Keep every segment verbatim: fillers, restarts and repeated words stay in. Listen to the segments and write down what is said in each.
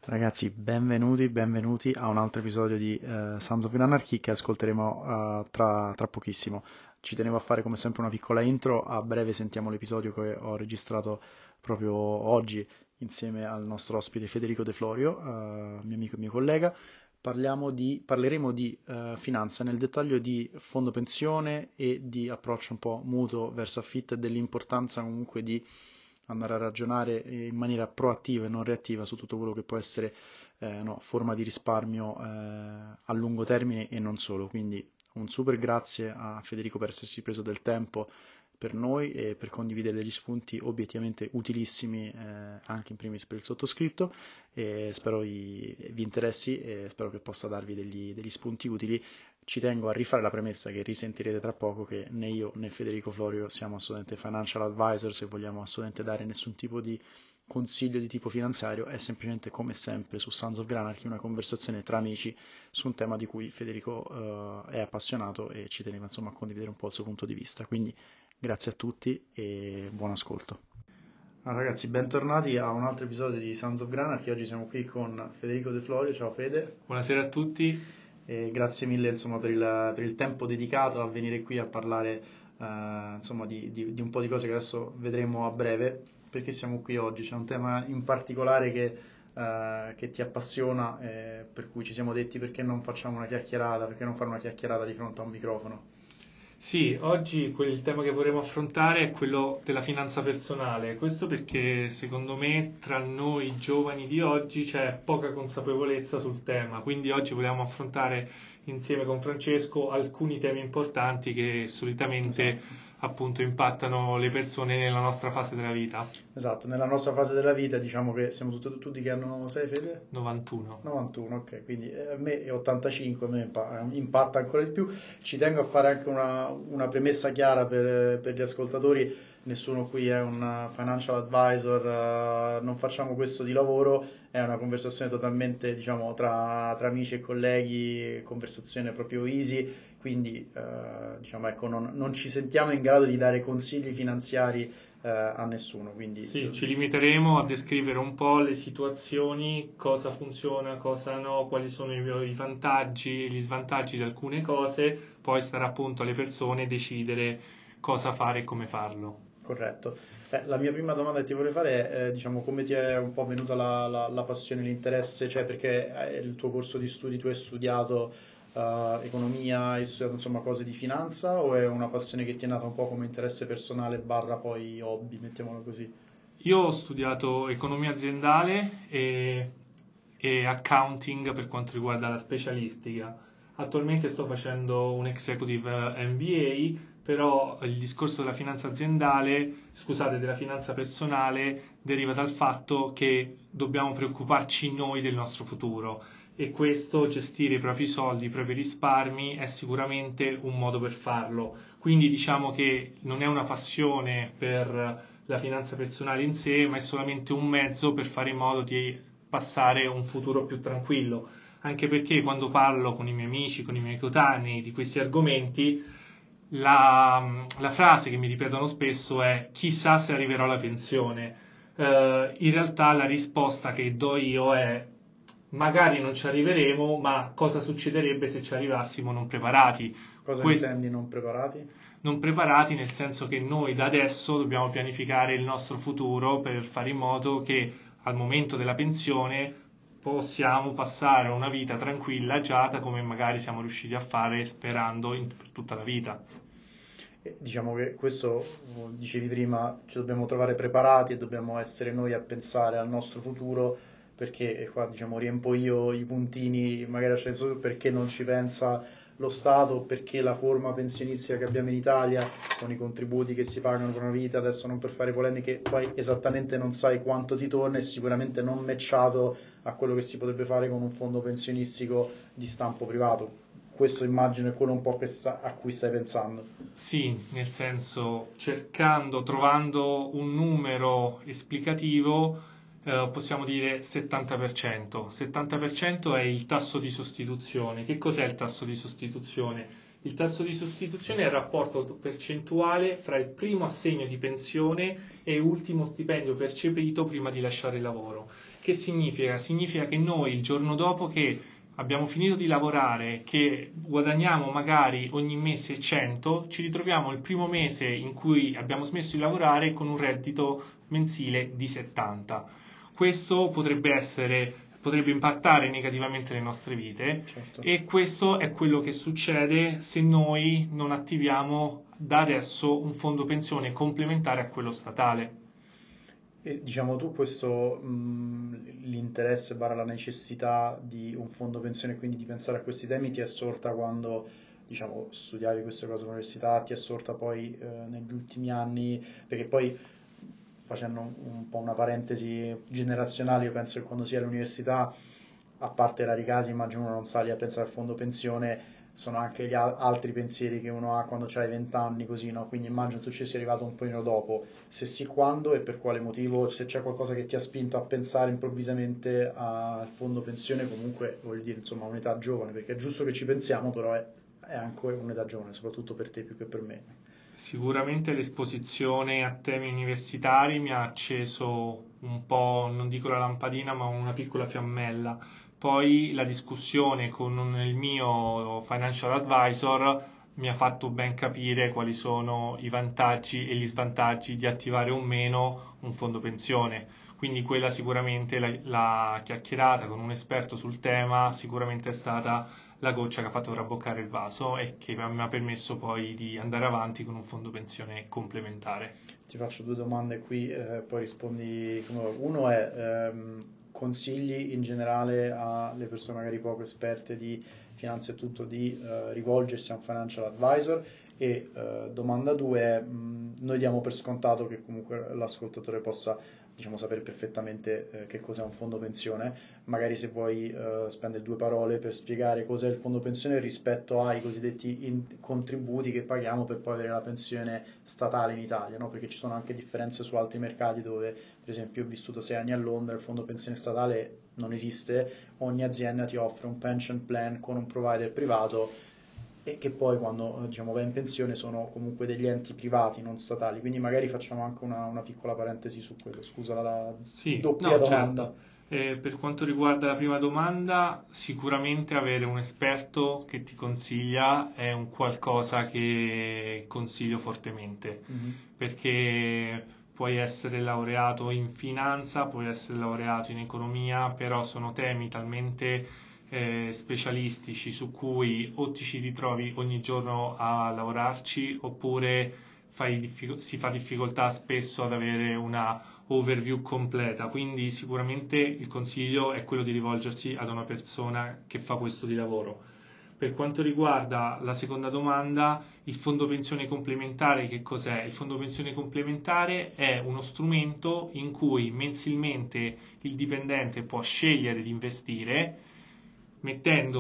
Ragazzi, benvenuti, benvenuti a un altro episodio di eh, Sons of Anarchy che ascolteremo eh, tra, tra pochissimo. Ci tenevo a fare come sempre una piccola intro, a breve sentiamo l'episodio che ho registrato proprio oggi insieme al nostro ospite Federico De Florio, eh, mio amico e mio collega. Parliamo di, parleremo di eh, finanza nel dettaglio di fondo pensione e di approccio un po' mutuo verso affitto e dell'importanza comunque di andare a ragionare in maniera proattiva e non reattiva su tutto quello che può essere eh, no, forma di risparmio eh, a lungo termine e non solo. Quindi un super grazie a Federico per essersi preso del tempo per noi e per condividere degli spunti obiettivamente utilissimi eh, anche in primis per il sottoscritto e spero vi, vi interessi e spero che possa darvi degli, degli spunti utili. Ci tengo a rifare la premessa che risentirete tra poco che né io né Federico Florio siamo assolutamente financial advisors e vogliamo assolutamente dare nessun tipo di consiglio di tipo finanziario, è semplicemente come sempre su Sons of Granarchy una conversazione tra amici su un tema di cui Federico uh, è appassionato e ci teneva insomma a condividere un po' il suo punto di vista. Quindi grazie a tutti e buon ascolto. Allora, ragazzi, bentornati a un altro episodio di Sons of Granarchy. Oggi siamo qui con Federico De Florio. Ciao Fede. Buonasera a tutti. E grazie mille insomma, per il, per il tempo dedicato a venire qui a parlare eh, insomma, di, di- di un po' di cose che adesso vedremo a breve. Perché siamo qui oggi? C'è un tema in particolare che, eh, che ti appassiona, eh, per cui ci siamo detti perché non facciamo una chiacchierata, perché non fare una chiacchierata di fronte a un microfono. Sì, oggi quel- il tema che vorremmo affrontare è quello della finanza personale. Questo perché secondo me tra noi giovani di oggi c'è poca consapevolezza sul tema. Quindi oggi vogliamo affrontare insieme con Francesco alcuni temi importanti che solitamente Esatto. appunto impattano le persone nella nostra fase della vita. Esatto, nella nostra fase della vita diciamo che siamo tutti, tutti che hanno sei Fede? novantuno. novantuno, ok, quindi eh, a me è ottantacinque, a me impa- impatta ancora di più. Ci tengo a fare anche una, una premessa chiara per, per gli ascoltatori, nessuno qui è un financial advisor, eh, non facciamo questo di lavoro, è una conversazione totalmente, diciamo, tra, tra amici e colleghi, conversazione proprio easy, quindi, eh, diciamo, ecco, non, non ci sentiamo in grado di dare consigli finanziari eh, a nessuno, quindi Sì, eh, ci limiteremo a descrivere un po' le situazioni, cosa funziona, cosa no, quali sono i, i vantaggi e gli svantaggi di alcune cose, poi starà appunto alle persone decidere cosa fare e come farlo. corretto. Eh, la mia prima domanda che ti vorrei fare è, eh, diciamo, come ti è un po' venuta la, la- la passione, l'interesse, cioè perché eh, il tuo corso di studi tu hai studiato eh, economia, hai studiato insomma cose di finanza o è una passione che ti è nata un po' come interesse personale barra poi hobby, mettiamolo così? Io ho studiato economia aziendale e, e accounting per quanto riguarda la specialistica. Attualmente sto facendo un executive M B A, però il discorso della finanza aziendale, scusate, della finanza personale deriva dal fatto che dobbiamo preoccuparci noi del nostro futuro e questo, gestire i propri soldi, i propri risparmi, è sicuramente un modo per farlo. Quindi diciamo che non è una passione per la finanza personale in sé, ma è solamente un mezzo per fare in modo di passare un futuro più tranquillo. Anche perché quando parlo con i miei amici, con i miei coetanei di questi argomenti, la, la frase che mi ripetono spesso è chissà se arriverò alla pensione. Eh, in realtà la risposta che do io è magari non ci arriveremo, ma cosa succederebbe se ci arrivassimo non preparati? Cosa Questo, intendi non preparati? non preparati nel senso che noi da adesso dobbiamo pianificare il nostro futuro per fare in modo che al momento della pensione possiamo passare una vita tranquilla, agiata, come magari siamo riusciti a fare sperando in, per tutta la vita. Eh, Diciamo che questo, eh, dicevi prima, ci dobbiamo trovare preparati e dobbiamo essere noi a pensare al nostro futuro, perché e qua diciamo riempo io i puntini, magari a senso perché non ci pensa lo Stato, perché la forma pensionistica che abbiamo in Italia, con i contributi che si pagano per una vita, adesso non per fare polemiche, poi esattamente non sai quanto ti torna e sicuramente non matchato a quello che si potrebbe fare con un fondo pensionistico di stampo privato. Questo immagino è quello un po' che sta- a cui stai pensando. Sì, nel senso cercando, trovando un numero esplicativo, eh, possiamo dire settanta per cento. settanta per cento è il tasso di sostituzione. Che cos'è il tasso di sostituzione? Il tasso di sostituzione è il rapporto percentuale fra il primo assegno di pensione e l'ultimo stipendio percepito prima di lasciare il lavoro. Che significa? Significa che noi il giorno dopo che abbiamo finito di lavorare, che guadagniamo magari ogni mese cento, ci ritroviamo il primo mese in cui abbiamo smesso di lavorare con un reddito mensile di settanta. Questo potrebbe essere, potrebbe impattare negativamente le nostre vite, Certo. e questo è quello che succede se noi non attiviamo da adesso un fondo pensione complementare a quello statale. E diciamo tu questo, mh, l'interesse barra la necessità di un fondo pensione e quindi di pensare a questi temi ti è sorta quando, diciamo, studiavi queste cose all'università, ti è sorta poi eh, negli ultimi anni, perché poi facendo un, un po' una parentesi generazionale, io penso che quando si è all'università, a parte rari casi, immagino uno non sa lì a pensare al fondo pensione, sono anche gli al- altri pensieri che uno ha quando c'hai venti anni, così, no? Quindi immagino tu ci sia arrivato un pochino dopo. Se sì, quando e per quale motivo, se c'è qualcosa che ti ha spinto a pensare improvvisamente al fondo pensione, comunque voglio dire, insomma, a un'età giovane, perché è giusto che ci pensiamo, però è, è anche un'età giovane, soprattutto per te più che per me. Sicuramente l'esposizione a temi universitari mi ha acceso un po', non dico la lampadina, ma una piccola fiammella. Poi la discussione con il mio financial advisor mi ha fatto ben capire quali sono i vantaggi e gli svantaggi di attivare o meno un fondo pensione. Quindi quella sicuramente, la, la chiacchierata con un esperto sul tema, sicuramente è stata la goccia che ha fatto traboccare il vaso e che mi ha permesso poi di andare avanti con un fondo pensione complementare. Ti faccio due domande qui, eh, poi rispondi come vuoi. Uno è ehm, consigli in generale alle persone magari poco esperte di finanza e tutto di eh, rivolgersi a un financial advisor e eh, domanda due è mh, noi diamo per scontato che comunque l'ascoltatore possa diciamo sapere perfettamente eh, che cos'è un fondo pensione, magari se vuoi eh, spendere due parole per spiegare cos'è il fondo pensione rispetto ai cosiddetti in- contributi che paghiamo per poi avere la pensione statale in Italia, no? Perché ci sono anche differenze su altri mercati dove, per esempio, io ho vissuto sei anni a Londra, il fondo pensione statale non esiste, ogni azienda ti offre un pension plan con un provider privato e che poi quando eh, diciamo, vai in pensione sono comunque degli enti privati, non statali. Quindi magari facciamo anche una, una piccola parentesi su quello. Scusa la, la Sì, doppia no, domanda. certo. Eh, per quanto riguarda la prima domanda, sicuramente avere un esperto che ti consiglia è un qualcosa che consiglio fortemente, Mhm. perché puoi essere laureato in finanza, puoi essere laureato in economia, però sono temi talmente eh, specialistici su cui o ti ci ritrovi ogni giorno a lavorarci, oppure fai diffic- si fa difficoltà spesso ad avere una overview completa. Quindi sicuramente il consiglio è quello di rivolgersi ad una persona che fa questo di lavoro. Per quanto riguarda la seconda domanda, il fondo pensione complementare che cos'è? Il fondo pensione complementare è uno strumento in cui mensilmente il dipendente può scegliere di investire mettendo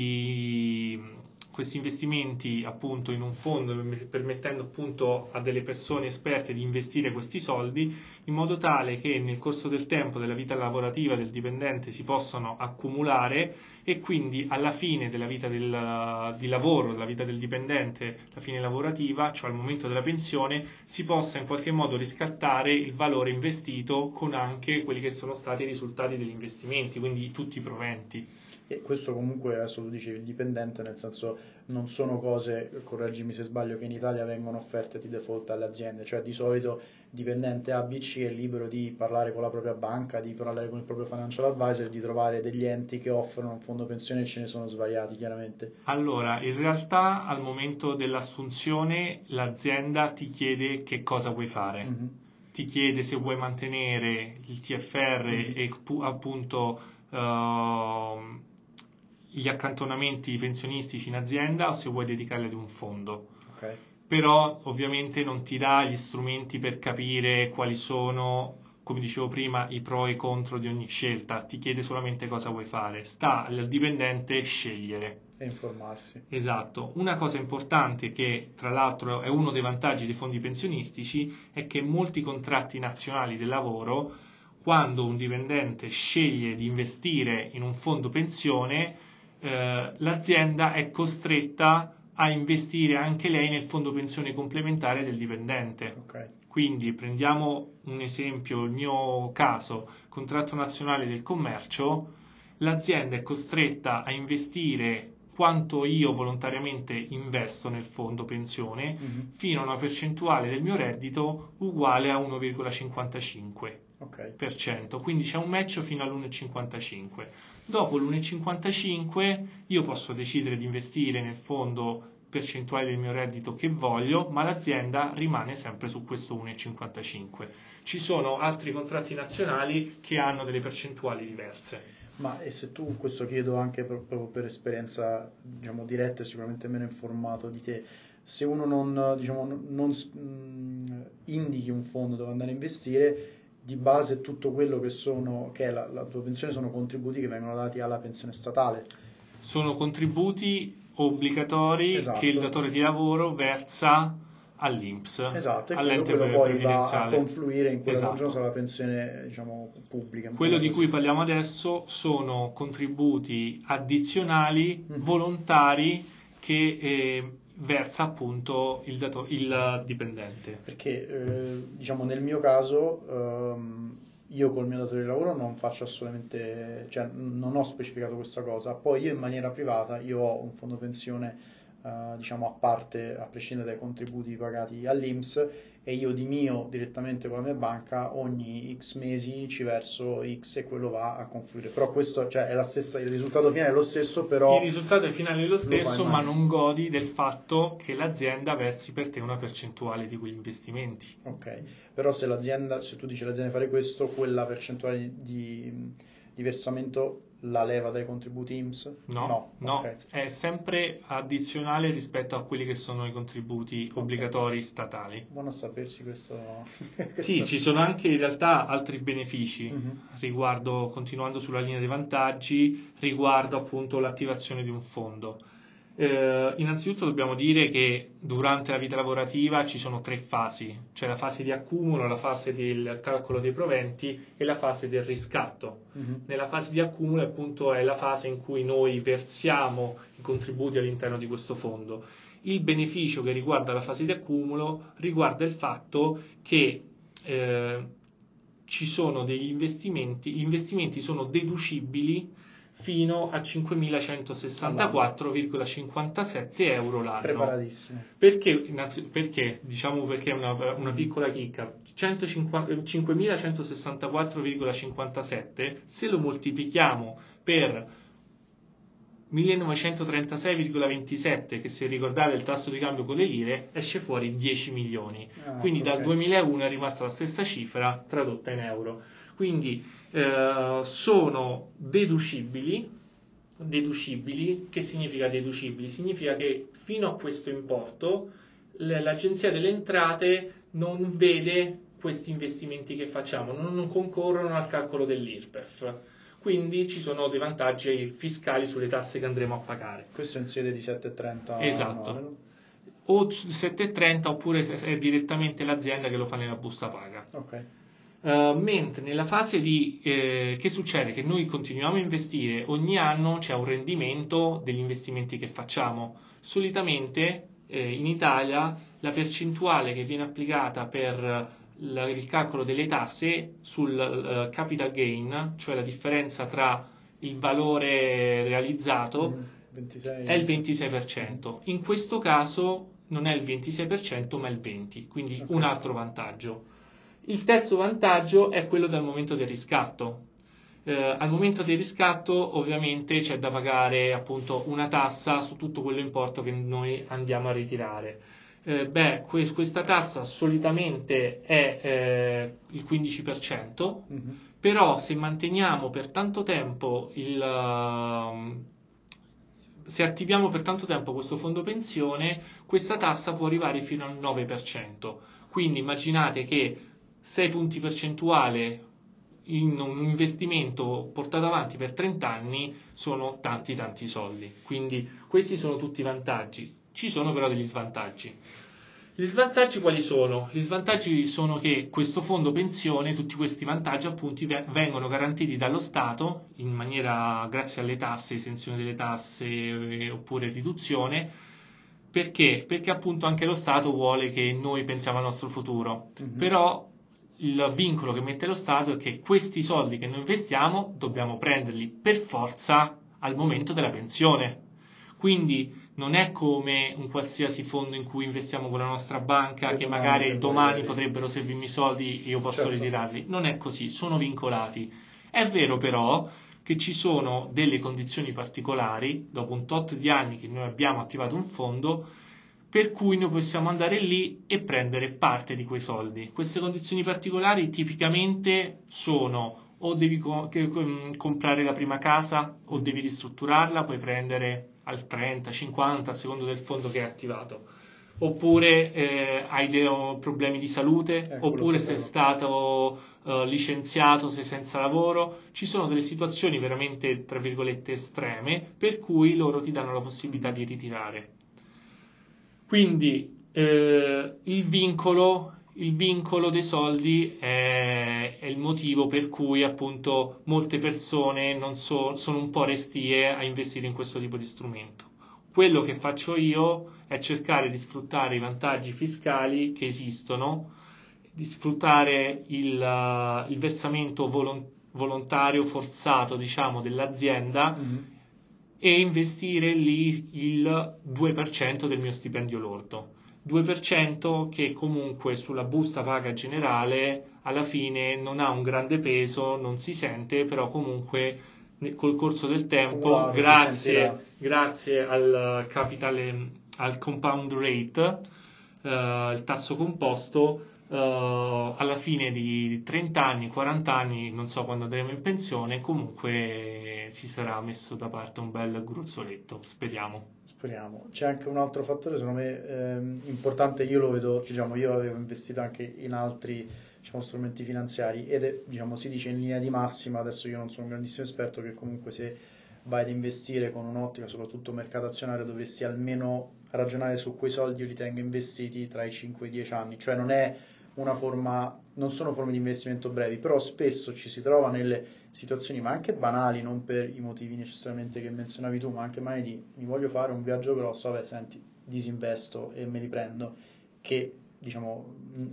questi, questi investimenti appunto in un fondo, permettendo appunto a delle persone esperte di investire questi soldi in modo tale che nel corso del tempo della vita lavorativa del dipendente si possano accumulare e quindi alla fine della vita del, di lavoro, della vita del dipendente, la fine lavorativa, cioè al momento della pensione, si possa in qualche modo riscattare il valore investito con anche quelli che sono stati i risultati degli investimenti, quindi tutti i proventi. E questo comunque, adesso tu dicevi il dipendente, nel senso non sono cose, correggimi se sbaglio, che in Italia vengono offerte di default alle aziende, cioè di solito dipendente A B C è libero di parlare con la propria banca, di parlare con il proprio financial advisor, di trovare degli enti che offrono un fondo pensione e ce ne sono svariati chiaramente. Allora, in realtà al momento dell'assunzione l'azienda ti chiede che cosa vuoi fare. Mhm, Ti chiede se vuoi mantenere il T F R mhm, e pu- appunto ehm, gli accantonamenti pensionistici in azienda o se vuoi dedicarli ad un fondo. ok, Però ovviamente non ti dà gli strumenti per capire quali sono, come dicevo prima, i pro e i contro di ogni scelta, ti chiede solamente cosa vuoi fare. Sta al dipendente scegliere. e informarsi. Esatto. Una cosa importante che tra l'altro è uno dei vantaggi dei fondi pensionistici è che molti contratti nazionali del lavoro, quando un dipendente sceglie di investire in un fondo pensione, eh, l'azienda è costretta a investire anche lei nel fondo pensione complementare del dipendente. Ok. Quindi prendiamo un esempio, il mio caso, contratto nazionale del commercio, l'azienda è costretta a investire quanto io volontariamente investo nel fondo pensione Mhm. fino a una percentuale del mio reddito uguale a uno virgola cinquantacinque per cento. Ok. Quindi c'è un match fino all'uno virgola cinquantacinque. Dopo l'uno virgola cinquantacinque io posso decidere di investire nel fondo percentuale del mio reddito che voglio, ma l'azienda rimane sempre su questo uno virgola cinquantacinque. Ci sono altri contratti nazionali che hanno delle percentuali diverse. Ma e se tu, questo chiedo anche per- proprio per esperienza, diciamo, diretta e sicuramente meno informato di te, se uno non, diciamo, non non s- mh, indichi un fondo dove andare a investire, di base tutto quello che sono, che è la, la tua pensione sono contributi che vengono dati alla pensione statale. Sono contributi obbligatori che il Esatto. datore di lavoro versa all'I N P S, Esatto, e quello, all'ente quello pre- poi va a previdenziale. confluire in quella Esatto. congiunta la pensione, diciamo, pubblica, Quello mettiamola di così. cui parliamo adesso sono contributi addizionali Mhm. volontari che eh, versa appunto il, dato- il dipendente. Perché, eh, diciamo, nel mio caso, ehm, io col mio datore di lavoro non faccio assolutamente, cioè non ho specificato questa cosa. Poi io in maniera privata, io ho un fondo pensione, eh, diciamo, a parte, a prescindere dai contributi pagati all'I N P S, e io di mio, direttamente con la mia banca, ogni X mesi ci verso X e quello va a confluire. Però questo, cioè, è la stessa, il risultato finale è lo stesso, Il però risultato finale è lo lo fai in stesso, ma maniera... non godi del fatto che l'azienda versi per te una percentuale di quegli investimenti. Ok, però se l'azienda, se tu dici all'azienda di fare questo, quella percentuale di, di versamento la leva dai contributi I N P S? No, no, Ok, è sempre addizionale rispetto a quelli che sono i contributi ok. obbligatori statali. Buono a sapersi questo. Sì, questo. ci sono anche in realtà altri benefici Mhm. riguardo, continuando sulla linea dei vantaggi, riguardo appunto l'attivazione di un fondo. Eh, innanzitutto dobbiamo dire che durante la vita lavorativa ci sono tre fasi, c'è la fase di accumulo, la fase del calcolo dei proventi e la fase del riscatto. Mhm. Nella fase di accumulo appunto è la fase in cui noi versiamo i contributi all'interno di questo fondo. Il beneficio che riguarda la fase di accumulo riguarda il fatto che eh, ci sono degli investimenti, gli investimenti sono deducibili fino a All'anno. cinquemilacentosessantaquattro virgola cinquantasette euro l'anno. Preparatissimo. Perché, innanzi- perché? Diciamo perché è una, una Mhm. piccola chicca. centocinquanta cinquemilacentosessantaquattro virgola cinquantasette, se lo moltiplichiamo per millenovecentotrentasei virgola ventisette, che se ricordate il tasso di cambio con le lire, esce fuori dieci milioni. Ah, Quindi ecco, dal ok. duemilauno è rimasta la stessa cifra tradotta in euro. Quindi eh, sono deducibili. Deducibili, che significa deducibili? Significa che fino a questo importo l- l'Agenzia delle Entrate non vede questi investimenti che facciamo, non concorrono al calcolo dell'I R P E F. Quindi ci sono dei vantaggi fiscali sulle tasse che andremo a pagare. Questo è in sede di sette virgola trenta annuale, Esatto. no? O sette virgola trenta oppure se- è direttamente l'azienda che lo fa nella busta paga. Ok. Uh, mentre nella fase di eh, che succede? Che noi continuiamo a investire, ogni anno c'è un rendimento degli investimenti che facciamo. Solitamente eh, in Italia la percentuale che viene applicata per la- il calcolo delle tasse sul uh, capital gain, cioè la differenza tra il valore realizzato, Mhm. è il ventisei. ventisei per Mhm. cento. In questo caso non è il ventisei per cento ma il venti per cento, quindi Ok. un altro vantaggio. Il terzo vantaggio è quello del momento del riscatto. Eh, al momento del riscatto ovviamente c'è da pagare appunto una tassa su tutto quell'importo che noi andiamo a ritirare. Eh, beh, que- questa tassa solitamente è eh, il quindici per cento, Mhm. però se manteniamo per tanto tempo il... um, se attiviamo per tanto tempo questo fondo pensione, questa tassa può arrivare fino al nove per cento. Quindi immaginate che sei punti percentuali in un investimento portato avanti per trenta anni sono tanti tanti soldi. Quindi questi sono tutti i vantaggi. Ci sono però degli svantaggi. Gli svantaggi quali sono? Gli svantaggi sono che questo fondo pensione, tutti questi vantaggi appunto vengono garantiti dallo Stato in maniera grazie alle tasse, esenzione delle tasse eh, oppure riduzione Perché? Perché appunto anche lo Stato vuole che noi pensiamo al nostro futuro. Mhm. Però il vincolo che mette lo Stato è che questi soldi che noi investiamo dobbiamo prenderli per forza al momento della pensione. Quindi non è come un qualsiasi fondo in cui investiamo con la nostra banca, Che che domani magari se domani voglio- potrebbero servirmi i soldi e io posso Certo. ritirarli. Non è così, sono vincolati. È vero però che ci sono delle condizioni particolari, dopo un tot di anni che noi abbiamo attivato un fondo, per cui noi possiamo andare lì e prendere parte di quei soldi. Queste condizioni particolari tipicamente sono o devi co- che- com- comprare la prima casa o devi ristrutturarla, puoi prendere al trenta, cinquanta a secondo del fondo che hai attivato. Oppure eh, hai dei oh, problemi di salute, Eh, quello oppure sei sapevo. stato eh, licenziato, sei senza lavoro. Ci sono delle situazioni veramente, tra virgolette, estreme, per cui loro ti danno la possibilità di ritirare. Quindi eh, il vincolo, il vincolo dei soldi è, è il motivo per cui appunto molte persone non so- sono un po' restie a investire in questo tipo di strumento. Quello che faccio io è cercare di sfruttare i vantaggi fiscali che esistono, di sfruttare il, uh, il versamento volon- volontario forzato, diciamo, dell'azienda Mhm. e investire lì il due per cento del mio stipendio lordo. due per cento che comunque sulla busta paga generale alla fine non ha un grande peso, non si sente, però comunque ne- col corso del tempo, Accumulato si sentirà. grazie, grazie al capitale, al compound rate, eh, il tasso composto, eh, alla fine di trenta anni, quaranta anni, non so quando andremo in pensione, comunque si sarà messo da parte un bel gruzzoletto, speriamo. Speriamo. C'è anche un altro fattore, secondo me, ehm, importante, io lo vedo, diciamo, io avevo investito anche in altri, diciamo, strumenti finanziari ed è, diciamo, si dice in linea di massima, adesso io non sono un grandissimo esperto, che comunque se vai ad investire con un'ottica, soprattutto mercato azionario, dovresti almeno ragionare su quei soldi, io li tengo investiti tra i cinque e i dieci anni, cioè non è una forma, non sono forme di investimento brevi, però spesso ci si trova nelle situazioni, ma anche banali, non per i motivi necessariamente che menzionavi tu, ma anche mai di mi voglio fare un viaggio grosso, vabbè, senti, disinvesto e me li prendo, che diciamo mh,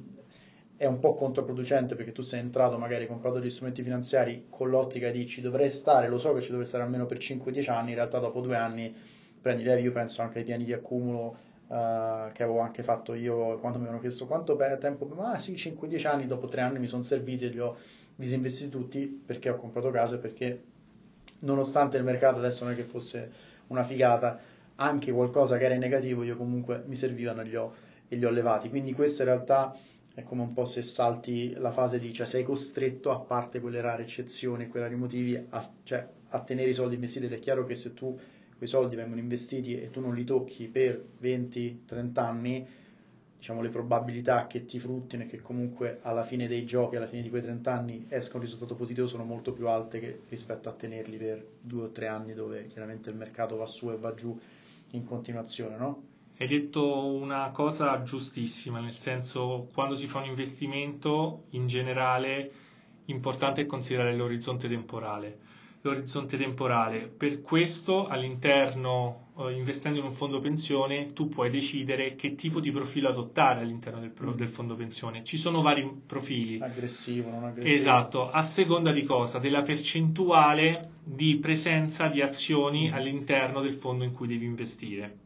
è un po' controproducente perché tu sei entrato, magari hai comprato gli strumenti finanziari con l'ottica di ci dovrei stare, lo so che ci dovrei stare almeno per cinque dieci anni, in realtà dopo due anni prendi levi, io penso anche ai piani di accumulo eh, che avevo anche fatto io quando mi avevano chiesto quanto pe- tempo, ma sì, cinque dieci anni, dopo tre anni mi sono serviti e li ho disinvestiti tutti perché ho comprato case, perché nonostante il mercato adesso non è che fosse una figata, anche qualcosa che era in negativo io comunque mi servivano e li ho, e li ho levati. Quindi questo in realtà è come un po' se salti la fase di, cioè sei costretto, a parte quelle rare eccezioni, quei rari motivi, a, cioè, a tenere i soldi investiti ed è chiaro che se tu quei soldi vengono investiti e tu non li tocchi per venti trenta anni, diciamo le probabilità che ti fruttino e che comunque alla fine dei giochi, alla fine di quei trenta anni esca un risultato positivo sono molto più alte che rispetto a tenerli per due o tre anni dove chiaramente il mercato va su e va giù in continuazione, no? Hai detto una cosa giustissima, nel senso, quando si fa un investimento, in generale, importante è considerare l'orizzonte temporale. L'orizzonte temporale, per questo all'interno, eh, investendo in un fondo pensione, tu puoi decidere che tipo di profilo adottare all'interno del, pro- Mm. del fondo pensione. Ci sono vari profili. Aggressivo, non aggressivo. Esatto, a seconda di cosa? Della percentuale di presenza di azioni Mm. all'interno del fondo in cui devi investire.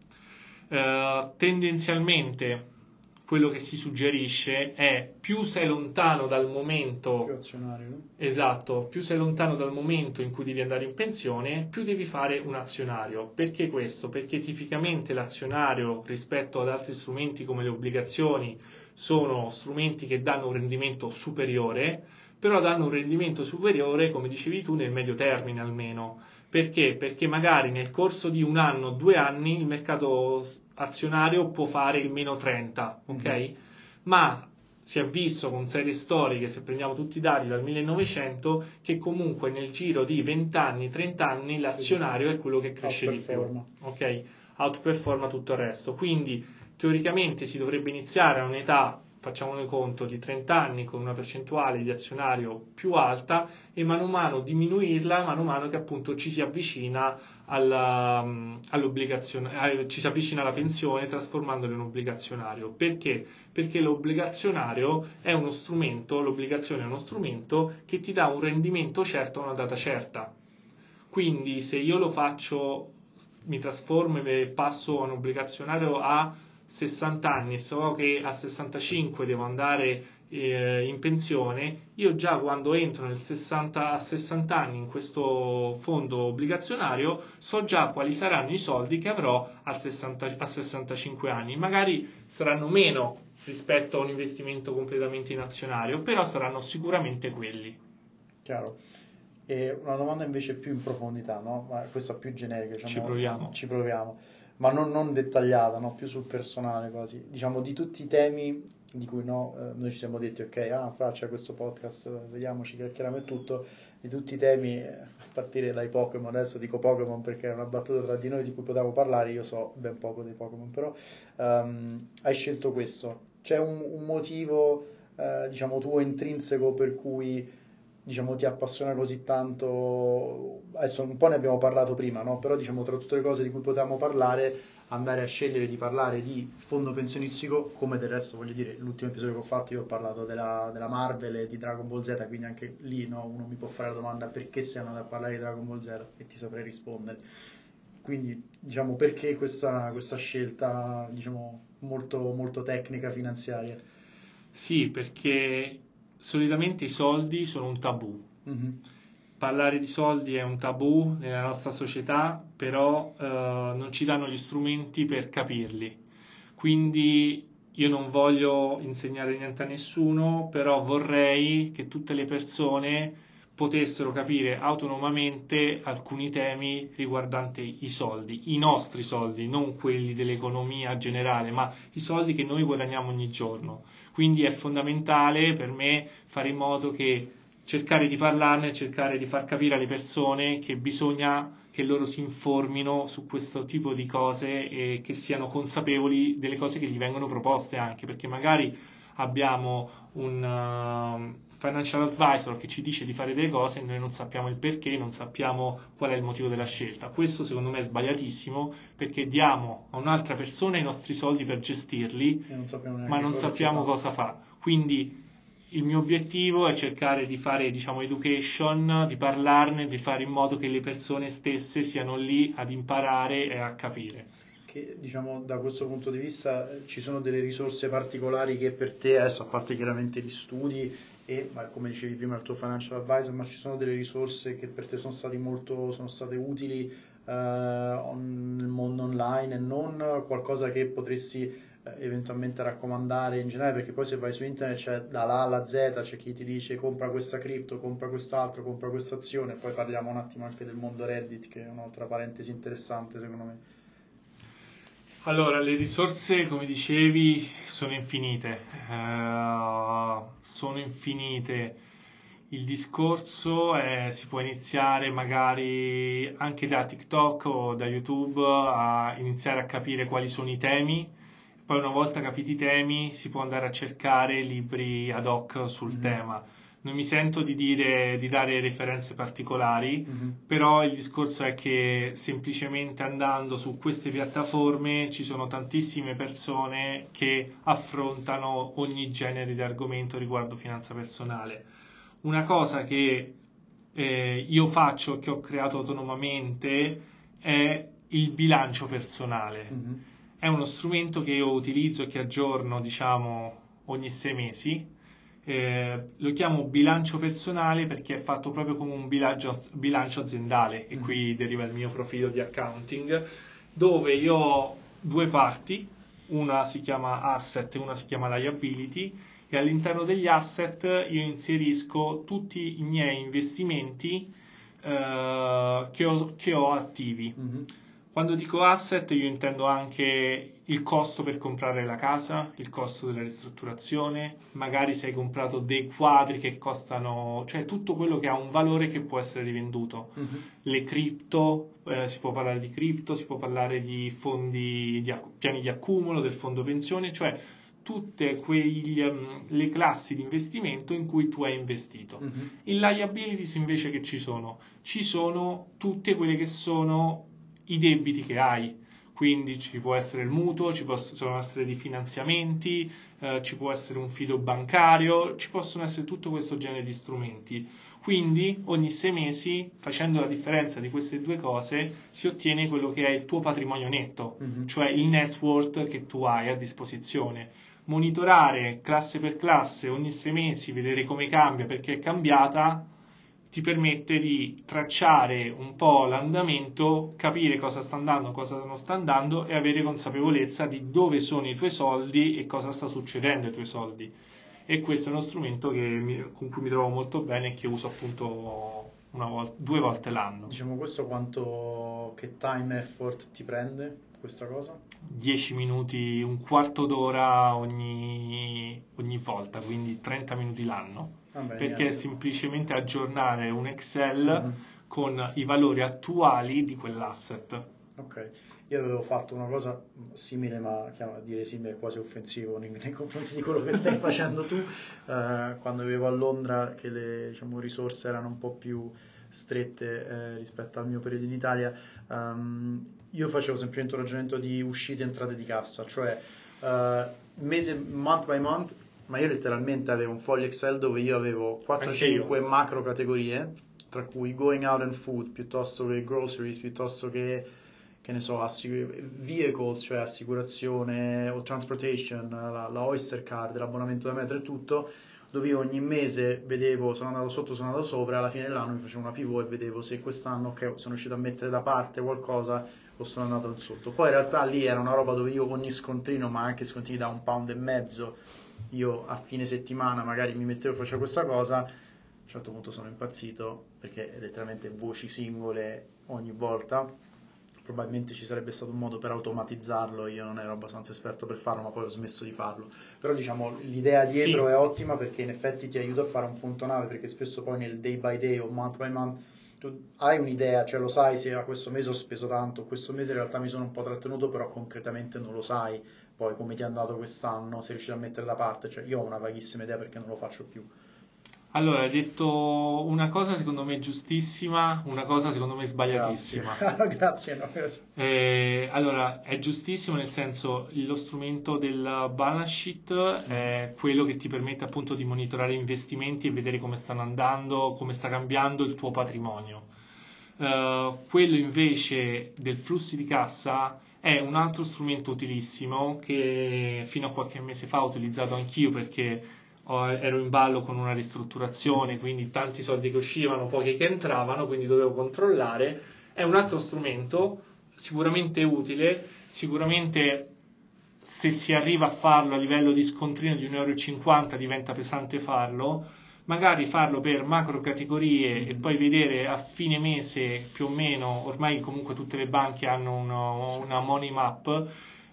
Eh, tendenzialmente quello che si suggerisce è più sei lontano dal Più momento azionario, no? esatto, più sei lontano dal momento in cui devi andare in pensione, più devi fare un azionario. Perché questo? Perché tipicamente l'azionario rispetto ad altri strumenti come le obbligazioni sono strumenti che danno un rendimento superiore, però danno un rendimento superiore, come dicevi tu, nel medio termine almeno. Perché? Perché magari nel corso di un anno, due anni, il mercato azionario può fare il meno trenta, ok? Mhm. Ma si è visto con serie storiche, se prendiamo tutti i dati dal millenovecento, che comunque nel giro di venti anni, trenta anni l'azionario è quello che cresce di più, Outperforma. ok? Outperforma tutto il resto. Quindi teoricamente si dovrebbe iniziare a un'età, facciamo conto, di trenta anni con una percentuale di azionario più alta e mano a mano diminuirla, mano a mano che appunto ci si avvicina alla, all'obbligazione, eh, ci si avvicina alla pensione trasformandola in obbligazionario. Perché? Perché l'obbligazionario è uno strumento, l'obbligazione è uno strumento che ti dà un rendimento certo a una data certa. Quindi se io lo faccio, mi trasformo e passo a un obbligazionario a sessanta anni e so che a sessantacinque devo andare eh, in pensione, io già quando entro nel sessanta, a sessanta anni in questo fondo obbligazionario so già quali saranno i soldi che avrò al sessanta, a sessantacinque anni. Magari saranno meno rispetto a un investimento completamente in azionario, però saranno sicuramente quelli. Chiaro. E una domanda invece più in profondità, no? Ma questa più generica, diciamo, Ci proviamo. Ci proviamo, ma non, non dettagliata, no? Più sul personale quasi. Diciamo, di tutti i temi di cui no, eh, noi ci siamo detti, ok, ah, fra c'è questo podcast, vediamoci, chiacchieriamo e tutto, di tutti i temi, eh, a partire dai Pokémon, adesso dico Pokémon perché è una battuta tra di noi di cui potevamo parlare, io so ben poco dei Pokémon, però um, hai scelto questo. C'è un, un motivo, eh, diciamo, tuo intrinseco per cui diciamo ti appassiona così tanto, adesso un po' ne abbiamo parlato prima, no? Però diciamo tra tutte le cose di cui potevamo parlare, andare a scegliere di parlare di fondo pensionistico, come del resto voglio dire, l'ultimo episodio che ho fatto io ho parlato della, della Marvel e di Dragon Ball Z, quindi anche lì no, uno mi può fare la domanda perché sei andato a parlare di Dragon Ball Z e ti saprei rispondere. Quindi diciamo perché questa, questa scelta diciamo molto, molto tecnica, finanziaria? Sì, perché solitamente i soldi sono un tabù. Mm-hmm. Parlare di soldi è un tabù nella nostra società, però eh, non ci danno gli strumenti per capirli. Quindi io non voglio insegnare niente a nessuno, però vorrei che tutte le persone potessero capire autonomamente alcuni temi riguardanti i soldi, i nostri soldi, non quelli dell'economia generale, ma i soldi che noi guadagniamo ogni giorno. Quindi è fondamentale per me fare in modo che cercare di parlarne, cercare di far capire alle persone che bisogna che loro si informino su questo tipo di cose e che siano consapevoli delle cose che gli vengono proposte anche, perché magari abbiamo un uh, financial advisor che ci dice di fare delle cose e noi non sappiamo il perché, non sappiamo qual è il motivo della scelta. Questo secondo me è sbagliatissimo perché diamo a un'altra persona i nostri soldi per gestirli, E non sappiamo ma neanche non cosa ci sappiamo fa. cosa fa. Quindi il mio obiettivo è cercare di fare, diciamo, education, di parlarne, di fare in modo che le persone stesse siano lì ad imparare e a capire. Che diciamo da questo punto di vista eh, ci sono delle risorse particolari che per te, adesso a parte chiaramente gli studi e ma come dicevi prima il tuo financial advisor, ma ci sono delle risorse che per te sono stati molto, sono state utili eh, on- nel mondo online e non qualcosa che potresti eh, eventualmente raccomandare in generale, perché poi se vai su internet c'è dalla A alla Z, c'è chi ti dice compra questa cripto, compra quest'altro, compra questa azione, poi parliamo un attimo anche del mondo Reddit che è un'altra parentesi interessante secondo me. Allora, le risorse, come dicevi, sono infinite. Eh, sono infinite. Il discorso è, si può iniziare magari anche da TikTok o da YouTube a iniziare a capire quali sono i temi. Poi una volta capiti i temi si può andare a cercare libri ad hoc sul Mm-hmm. tema. Non mi sento di dire, di dare referenze particolari, Mm-hmm. però il discorso è che semplicemente andando su queste piattaforme ci sono tantissime persone che affrontano ogni genere di argomento riguardo finanza personale. Una cosa che eh, io faccio e che ho creato autonomamente è il bilancio personale. Mm-hmm. È uno strumento che io utilizzo e che aggiorno, diciamo, ogni sei mesi. Eh, lo chiamo bilancio personale perché è fatto proprio come un bilancio, bilancio aziendale, e Mm-hmm. qui deriva il mio profilo di accounting, dove io ho due parti, una si chiama asset e una si chiama liability, e all'interno degli asset io inserisco tutti i miei investimenti eh, che, ho, che ho attivi. Mm-hmm. Quando dico asset io intendo anche il costo per comprare la casa, il costo della ristrutturazione, magari se hai comprato dei quadri che costano, cioè tutto quello che ha un valore che può essere rivenduto. Mm-hmm. Le cripto, eh, si può parlare di cripto, si può parlare di fondi, di acc- piani di accumulo, del fondo pensione, cioè tutte quegli, um, le classi di investimento in cui tu hai investito. Mm-hmm. In liabilities invece che ci sono? Ci sono tutte quelle che sono i debiti che hai. Quindi ci può essere il mutuo, ci possono essere dei finanziamenti, eh, ci può essere un fido bancario, ci possono essere tutto questo genere di strumenti. Quindi ogni sei mesi, facendo la differenza di queste due cose, si ottiene quello che è il tuo patrimonio netto, Mm-hmm. cioè il net worth che tu hai a disposizione. Monitorare classe per classe ogni sei mesi, vedere come cambia, perché è cambiata, ti permette di tracciare un po' l'andamento, capire cosa sta andando, cosa non sta andando e avere consapevolezza di dove sono i tuoi soldi e cosa sta succedendo ai tuoi soldi. E questo è uno strumento che mi, con cui mi trovo molto bene e che uso appunto una volta, due volte l'anno. Diciamo, questo quanto, che time effort ti prende questa cosa? dieci minuti, un quarto d'ora ogni, ogni volta, quindi trenta minuti l'anno. Vabbè, Perché è niente. semplicemente aggiornare un Excel Mm-hmm. con i valori attuali di quell'asset. Ok, io avevo fatto una cosa simile, ma chiama, a dire simile è quasi offensivo nei, nei confronti di quello che stai facendo tu, eh, quando vivevo a Londra, che le diciamo, risorse erano un po' più strette eh, rispetto al mio periodo in Italia. Um, io facevo semplicemente un ragionamento di uscite e entrate di cassa, cioè eh, mese, month by month, ma io letteralmente avevo un foglio Excel dove io avevo quattro cinque macro categorie, tra cui going out and food, piuttosto che groceries, piuttosto che, che ne so, assicur- vehicles, cioè assicurazione o transportation, la, la Oyster Card, l'abbonamento da metro e tutto, dove io ogni mese vedevo, sono andato sotto, sono andato sopra, alla fine dell'anno mi facevo una pivot e vedevo se quest'anno, ok, sono riuscito a mettere da parte qualcosa o sono andato al sotto. Poi in realtà lì era una roba dove io ogni scontrino, ma anche scontrini da un pound e mezzo, io a fine settimana magari mi mettevo e facevo questa cosa. A un certo punto sono impazzito perché letteralmente voci singole ogni volta. Probabilmente ci sarebbe stato un modo per automatizzarlo, io non ero abbastanza esperto per farlo, ma poi ho smesso di farlo. Però diciamo l'idea dietro Sì. è ottima perché in effetti ti aiuta a fare un punto nave, perché spesso poi nel day by day o month by month tu hai un'idea, cioè lo sai se a questo mese ho speso tanto, questo mese in realtà mi sono un po' trattenuto, però concretamente non lo sai poi come ti è andato quest'anno, sei riuscito a mettere da parte, cioè io ho una vaghissima idea perché non lo faccio più. Allora, hai detto una cosa secondo me giustissima, una cosa secondo me Grazie, sbagliatissima. grazie. No. Eh, allora, è giustissimo nel senso lo strumento del balance sheet è quello che ti permette appunto di monitorare investimenti e vedere come stanno andando, come sta cambiando il tuo patrimonio. Eh, quello invece del flusso di cassa è un altro strumento utilissimo che fino a qualche mese fa ho utilizzato anch'io perché ho- ero in ballo con una ristrutturazione, quindi tanti soldi che uscivano, pochi che entravano, quindi dovevo controllare. È un altro strumento sicuramente utile, sicuramente se si arriva a farlo a livello di scontrino di un euro e cinquanta diventa pesante farlo, magari farlo per macro categorie e poi vedere a fine mese più o meno, ormai comunque tutte le banche hanno uno- una money map,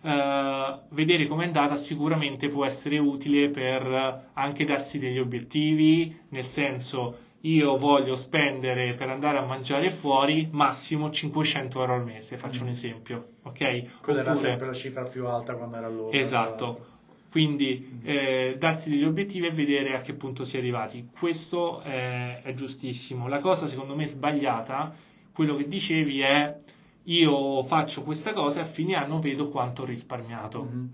eh, vedere com'è andata sicuramente può essere utile per anche darsi degli obiettivi, nel senso io voglio spendere per andare a mangiare fuori massimo cinquecento euro al mese, faccio un esempio, ok? Quella era Oppure, sempre la cifra più alta quando era a Londra, tra l'altro. esatto, quindi eh, darsi degli obiettivi e vedere a che punto si è arrivati. Questo è, è giustissimo. La cosa secondo me sbagliata, quello che dicevi è io faccio questa cosa e a fine anno vedo quanto ho risparmiato. Mhm.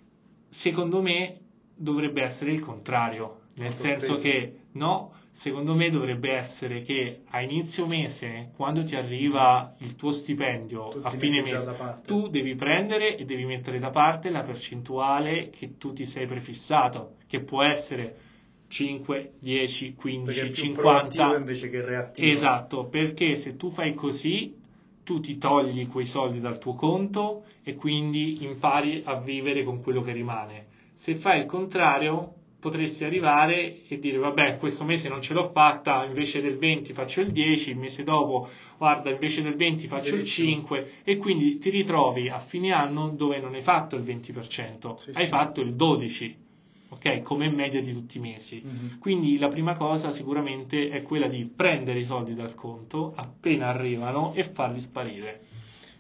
Secondo me dovrebbe essere il contrario, nel Quanto senso speso? che no, secondo me dovrebbe essere che a inizio mese, quando ti arriva il tuo stipendio Tu a ti fine metti già mese, da parte. tu devi prendere e devi mettere da parte la percentuale che tu ti sei prefissato, che può essere cinque, dieci, Perché è quindici, più proattivo cinquanta. invece che reattivo. Esatto, perché se tu fai così, tu ti togli quei soldi dal tuo conto e quindi impari a vivere con quello che rimane. Se fai il contrario, potresti arrivare e dire vabbè, questo mese non ce l'ho fatta, invece del venti faccio il dieci, il mese dopo guarda, invece del venti faccio Verissimo. il cinque e quindi ti ritrovi a fine anno dove non hai fatto il venti per cento, Sì, hai sì. fatto il dodici per cento. Ok, come media di tutti i mesi. Mhm. Quindi la prima cosa sicuramente è quella di prendere i soldi dal conto appena arrivano e farli sparire.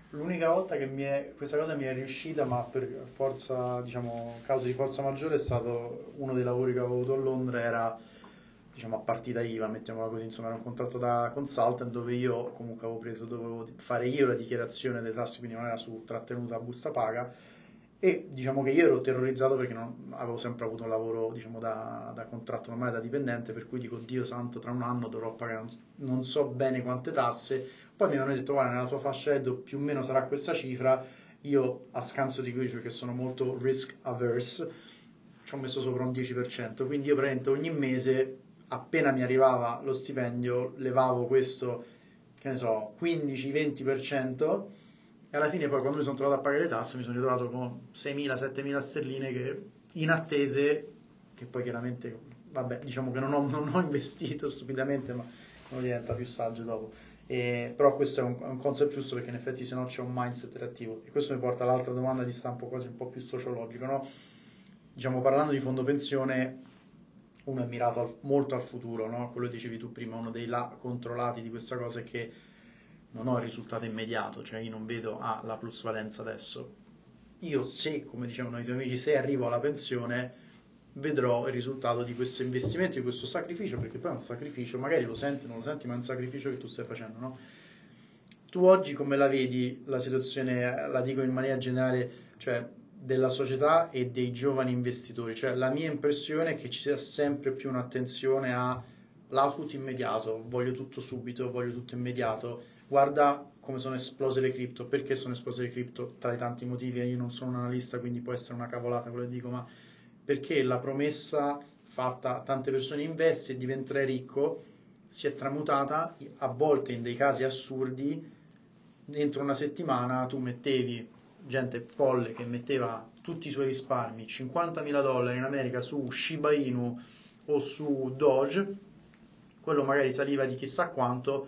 L'unica volta che mi è, questa cosa mi è riuscita, ma per forza, diciamo, causa di forza maggiore, è stato uno dei lavori che avevo avuto a Londra, era, diciamo, a partita I V A, mettiamola così, insomma, era un contratto da consultant dove io comunque avevo preso, dovevo fare io la dichiarazione delle tasse, quindi non era su trattenuta a busta paga, e diciamo che io ero terrorizzato perché non, avevo sempre avuto un lavoro, diciamo, da, da contratto normale, da dipendente, per cui dico, Dio santo, tra un anno dovrò pagare non, non so bene quante tasse. Poi mi hanno detto, guarda, nella tua fascia reddito più o meno sarà questa cifra. Io, a scanso di cui, perché sono molto risk averse, ci ho messo sopra un dieci per cento, quindi io praticamente ogni mese, appena mi arrivava lo stipendio, levavo questo, che ne so, quindici-venti per cento, e alla fine poi quando mi sono trovato a pagare le tasse mi sono ritrovato con seimila-settemila sterline che in attese, che poi chiaramente, vabbè, diciamo che non ho, non ho investito stupidamente, ma uno diventa più saggio dopo. E, però questo è un, è un concept giusto, perché in effetti se no c'è un mindset reattivo, e questo mi porta all'altra domanda di stampo quasi un po' più sociologico, no? Diciamo, parlando di fondo pensione, uno è mirato al- molto al futuro, no? Quello che dicevi tu prima, uno dei là controllati di questa cosa è che non ho il risultato immediato, cioè io non vedo ah, la plusvalenza adesso. Io, se, come dicevano i tuoi amici, se arrivo alla pensione, vedrò il risultato di questo investimento, di questo sacrificio, perché poi è un sacrificio, magari lo senti, non lo senti, ma è un sacrificio che tu stai facendo, no? Tu oggi come la vedi la situazione, la dico in maniera generale, cioè della società e dei giovani investitori? Cioè la mia impressione è che ci sia sempre più un'attenzione all'output immediato, voglio tutto subito, voglio tutto immediato. Guarda come sono esplose le cripto, perché sono esplose le cripto, tra i tanti motivi, io non sono un analista, quindi può essere una cavolata quello che dico, ma perché la promessa fatta a tante persone, investi e diventerai ricco, si è tramutata a volte in dei casi assurdi. Dentro una settimana tu mettevi, gente folle che metteva tutti i suoi risparmi, cinquantamila dollari in America su Shiba Inu o su Doge, quello magari saliva di chissà quanto,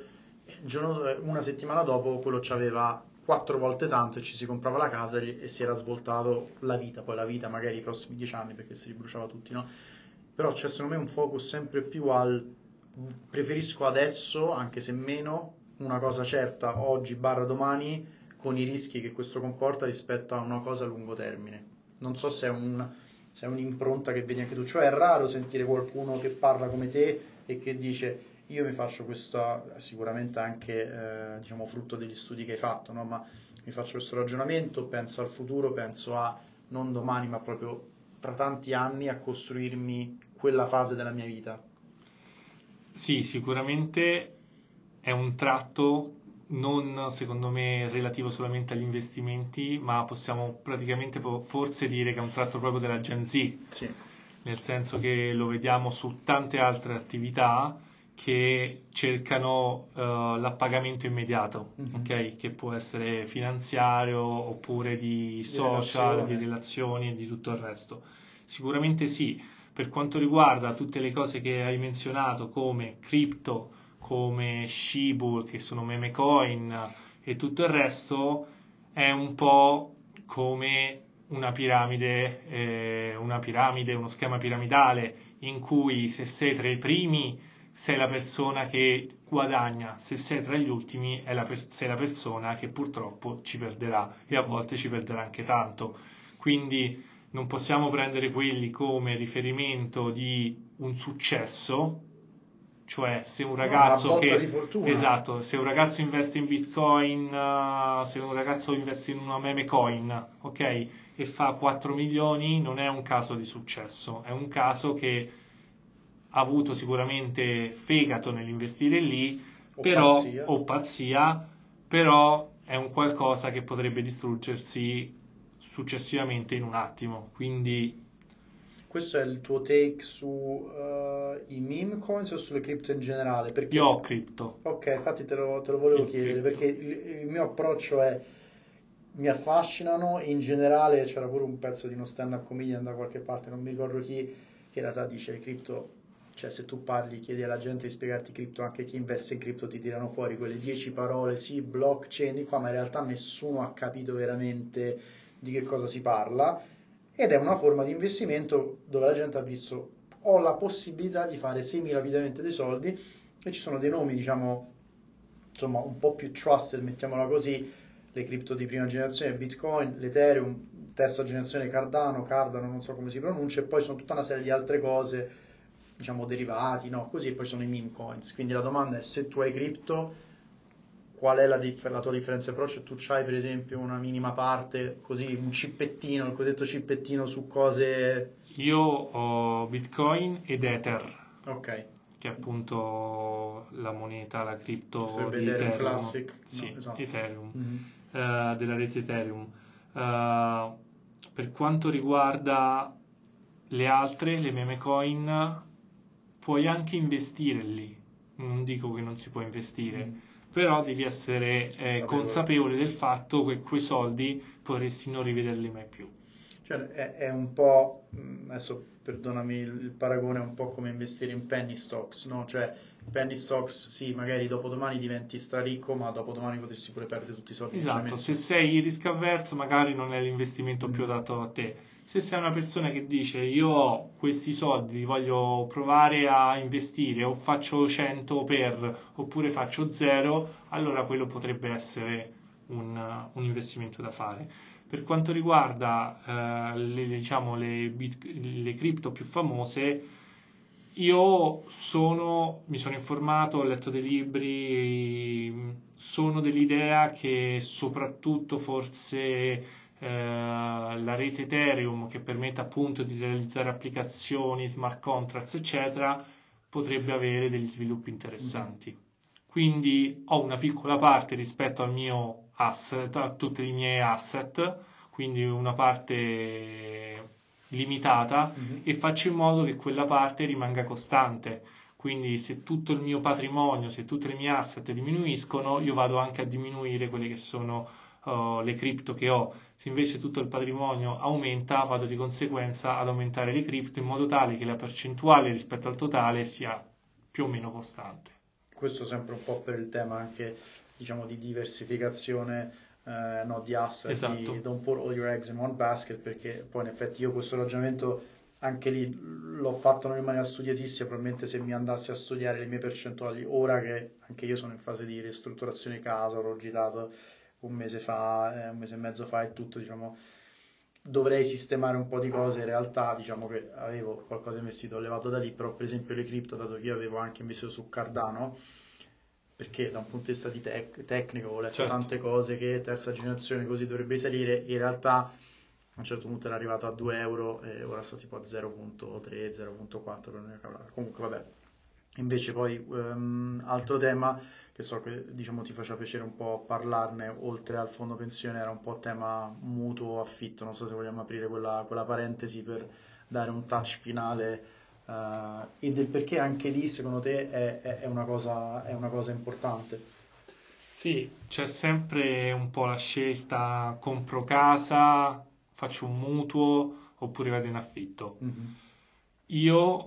una settimana dopo quello c'aveva quattro volte tanto e ci si comprava la casa e si era svoltato la vita, poi la vita magari i prossimi dieci anni, perché si ribruciava tutti, no? Però c'è secondo me un focus sempre più al preferisco adesso, anche se meno, una cosa certa oggi barra domani, con i rischi che questo comporta rispetto a una cosa a lungo termine. Non so se è un, se è un'impronta che vedi anche tu, cioè è raro sentire qualcuno che parla come te e che dice io mi faccio questo, sicuramente anche eh, diciamo frutto degli studi che hai fatto, no? Ma mi faccio questo ragionamento, penso al futuro, penso a non domani, ma proprio tra tanti anni a costruirmi quella fase della mia vita. Sì, sicuramente è un tratto non secondo me relativo solamente agli investimenti, ma possiamo praticamente po- forse dire che è un tratto proprio della Gen Z, Sì, nel senso che lo vediamo su tante altre attività che cercano eh, l'appagamento immediato, Mhm. ok? Che può essere finanziario oppure di Di social, di relazione. relazioni e di tutto il resto. Sicuramente sì. Per quanto riguarda tutte le cose che hai menzionato come cripto, come Shibu, che sono meme coin e tutto il resto, è un po' come una piramide, eh, una piramide, uno schema piramidale in cui se sei tra i primi sei la persona che guadagna, se sei tra gli ultimi è la per- sei la persona che purtroppo ci perderà e a volte ci perderà anche tanto. Quindi non possiamo prendere quelli come riferimento di un successo, cioè se un No, una ragazzo botta di che, fortuna. esatto, se un ragazzo investe in Bitcoin, eh, se un ragazzo investe in una meme coin, ok, e fa quattro milioni, non è un caso di successo, è un caso che ha avuto sicuramente fegato nell'investire lì, O però, pazzia. o pazzia, però è un qualcosa che potrebbe distruggersi successivamente in un attimo. Quindi Questo è il tuo take su eh, i meme coins o sulle cripto in generale? io Perché, ho cripto, ok, infatti te lo, te lo volevo io ho chiedere, cripto. perché il, il mio approccio è, mi affascinano, e in generale c'era pure un pezzo di uno stand-up comedian da qualche parte, non mi ricordo chi, che in realtà dice il cripto, cioè se tu parli, chiedi alla gente di spiegarti cripto, anche chi investe in cripto ti tirano fuori quelle dieci parole, sì, blockchain, di qua, ma in realtà nessuno ha capito veramente di che cosa si parla, ed è una forma di investimento dove la gente ha visto ho la possibilità di fare semi rapidamente dei soldi, e ci sono dei nomi, diciamo, insomma, un po' più trusted, mettiamola così, le cripto di prima generazione, Bitcoin, l'Ethereum, terza generazione Cardano, Cardano, non so come si pronuncia, e poi sono tutta una serie di altre cose, diciamo derivati, no? Così, e poi sono i meme coins. Quindi la domanda è: se tu hai cripto, qual è la, dif- la tua differenza di approccio? Tu c'hai per esempio una minima parte, così un cippettino, il cosiddetto cippettino su cose... Io ho Bitcoin ed Ether, Ok, che è appunto la moneta, la che cripto sarebbe di Ethereum Ethereum, Classic, no, sì, esatto. Ethereum, Mhm. eh, della rete Ethereum. Eh, per quanto riguarda le altre, le meme coin, puoi anche investire lì, non dico che non si può investire, Mhm. però devi essere eh, Consapevole. consapevole del fatto che quei soldi potresti non rivederli mai più. Cioè, è, è un po', mh, adesso perdonami il, il paragone, è un po' come investire in penny stocks, no? Cioè, penny stocks, sì, magari dopodomani diventi straricco, ma dopodomani potresti pure perdere tutti i soldi che ci hai Esatto, se messo. sei risk avverso magari non è l'investimento più Mhm. adatto a te. Se sei una persona che dice io ho questi soldi, li voglio provare a investire o faccio cento per oppure faccio zero, allora quello potrebbe essere un, un investimento da fare. Per quanto riguarda eh, le, diciamo, le, bit- le cripto più famose, io sono, mi sono informato, ho letto dei libri, sono dell'idea che soprattutto forse eh, la rete Ethereum, che permette appunto di realizzare applicazioni, smart contracts, eccetera, potrebbe avere degli sviluppi Mhm. interessanti. Quindi ho una piccola parte rispetto al mio asset, a tutti i miei asset, quindi una parte limitata Mhm. e faccio in modo che quella parte rimanga costante. Quindi se tutto il mio patrimonio, se tutti i miei asset diminuiscono, io vado anche a diminuire quelle che sono uh, le cripto che ho. Se invece tutto il patrimonio aumenta, vado di conseguenza ad aumentare le cripto in modo tale che la percentuale rispetto al totale sia più o meno costante. Questo sempre un po' per il tema anche, diciamo, di diversificazione, eh, no, di asset, di Esatto, don't put all your eggs in one basket, perché poi in effetti io questo ragionamento anche lì l'ho fatto non in maniera studiatissima, probabilmente se mi andassi a studiare le mie percentuali, ora che anche io sono in fase di ristrutturazione casa, l'ho girato un mese fa, eh, un mese e mezzo fa e tutto, diciamo, dovrei sistemare un po' di cose. In realtà, diciamo che avevo qualcosa investito, ho levato da lì, però per esempio le cripto, dato che io avevo anche investito su Cardano, perché da un punto di vista di tec- tecnico ho letto certo. tante cose che terza generazione così dovrebbe salire, in realtà a un certo punto era arrivato a due euro e ora sta tipo a zero virgola tre, zero virgola quattro per non cavolare. Comunque vabbè. Invece poi ehm, altro tema che so che diciamo ti faceva piacere un po' parlarne, oltre al fondo pensione, era un po' tema mutuo affitto, non so se vogliamo aprire quella, quella parentesi per dare un touch finale eh, e del perché anche lì secondo te è, è- è una cosa, è una cosa importante. Sì, c'è sempre un po' la scelta compro casa, faccio un mutuo oppure vado in affitto. Mhm. Io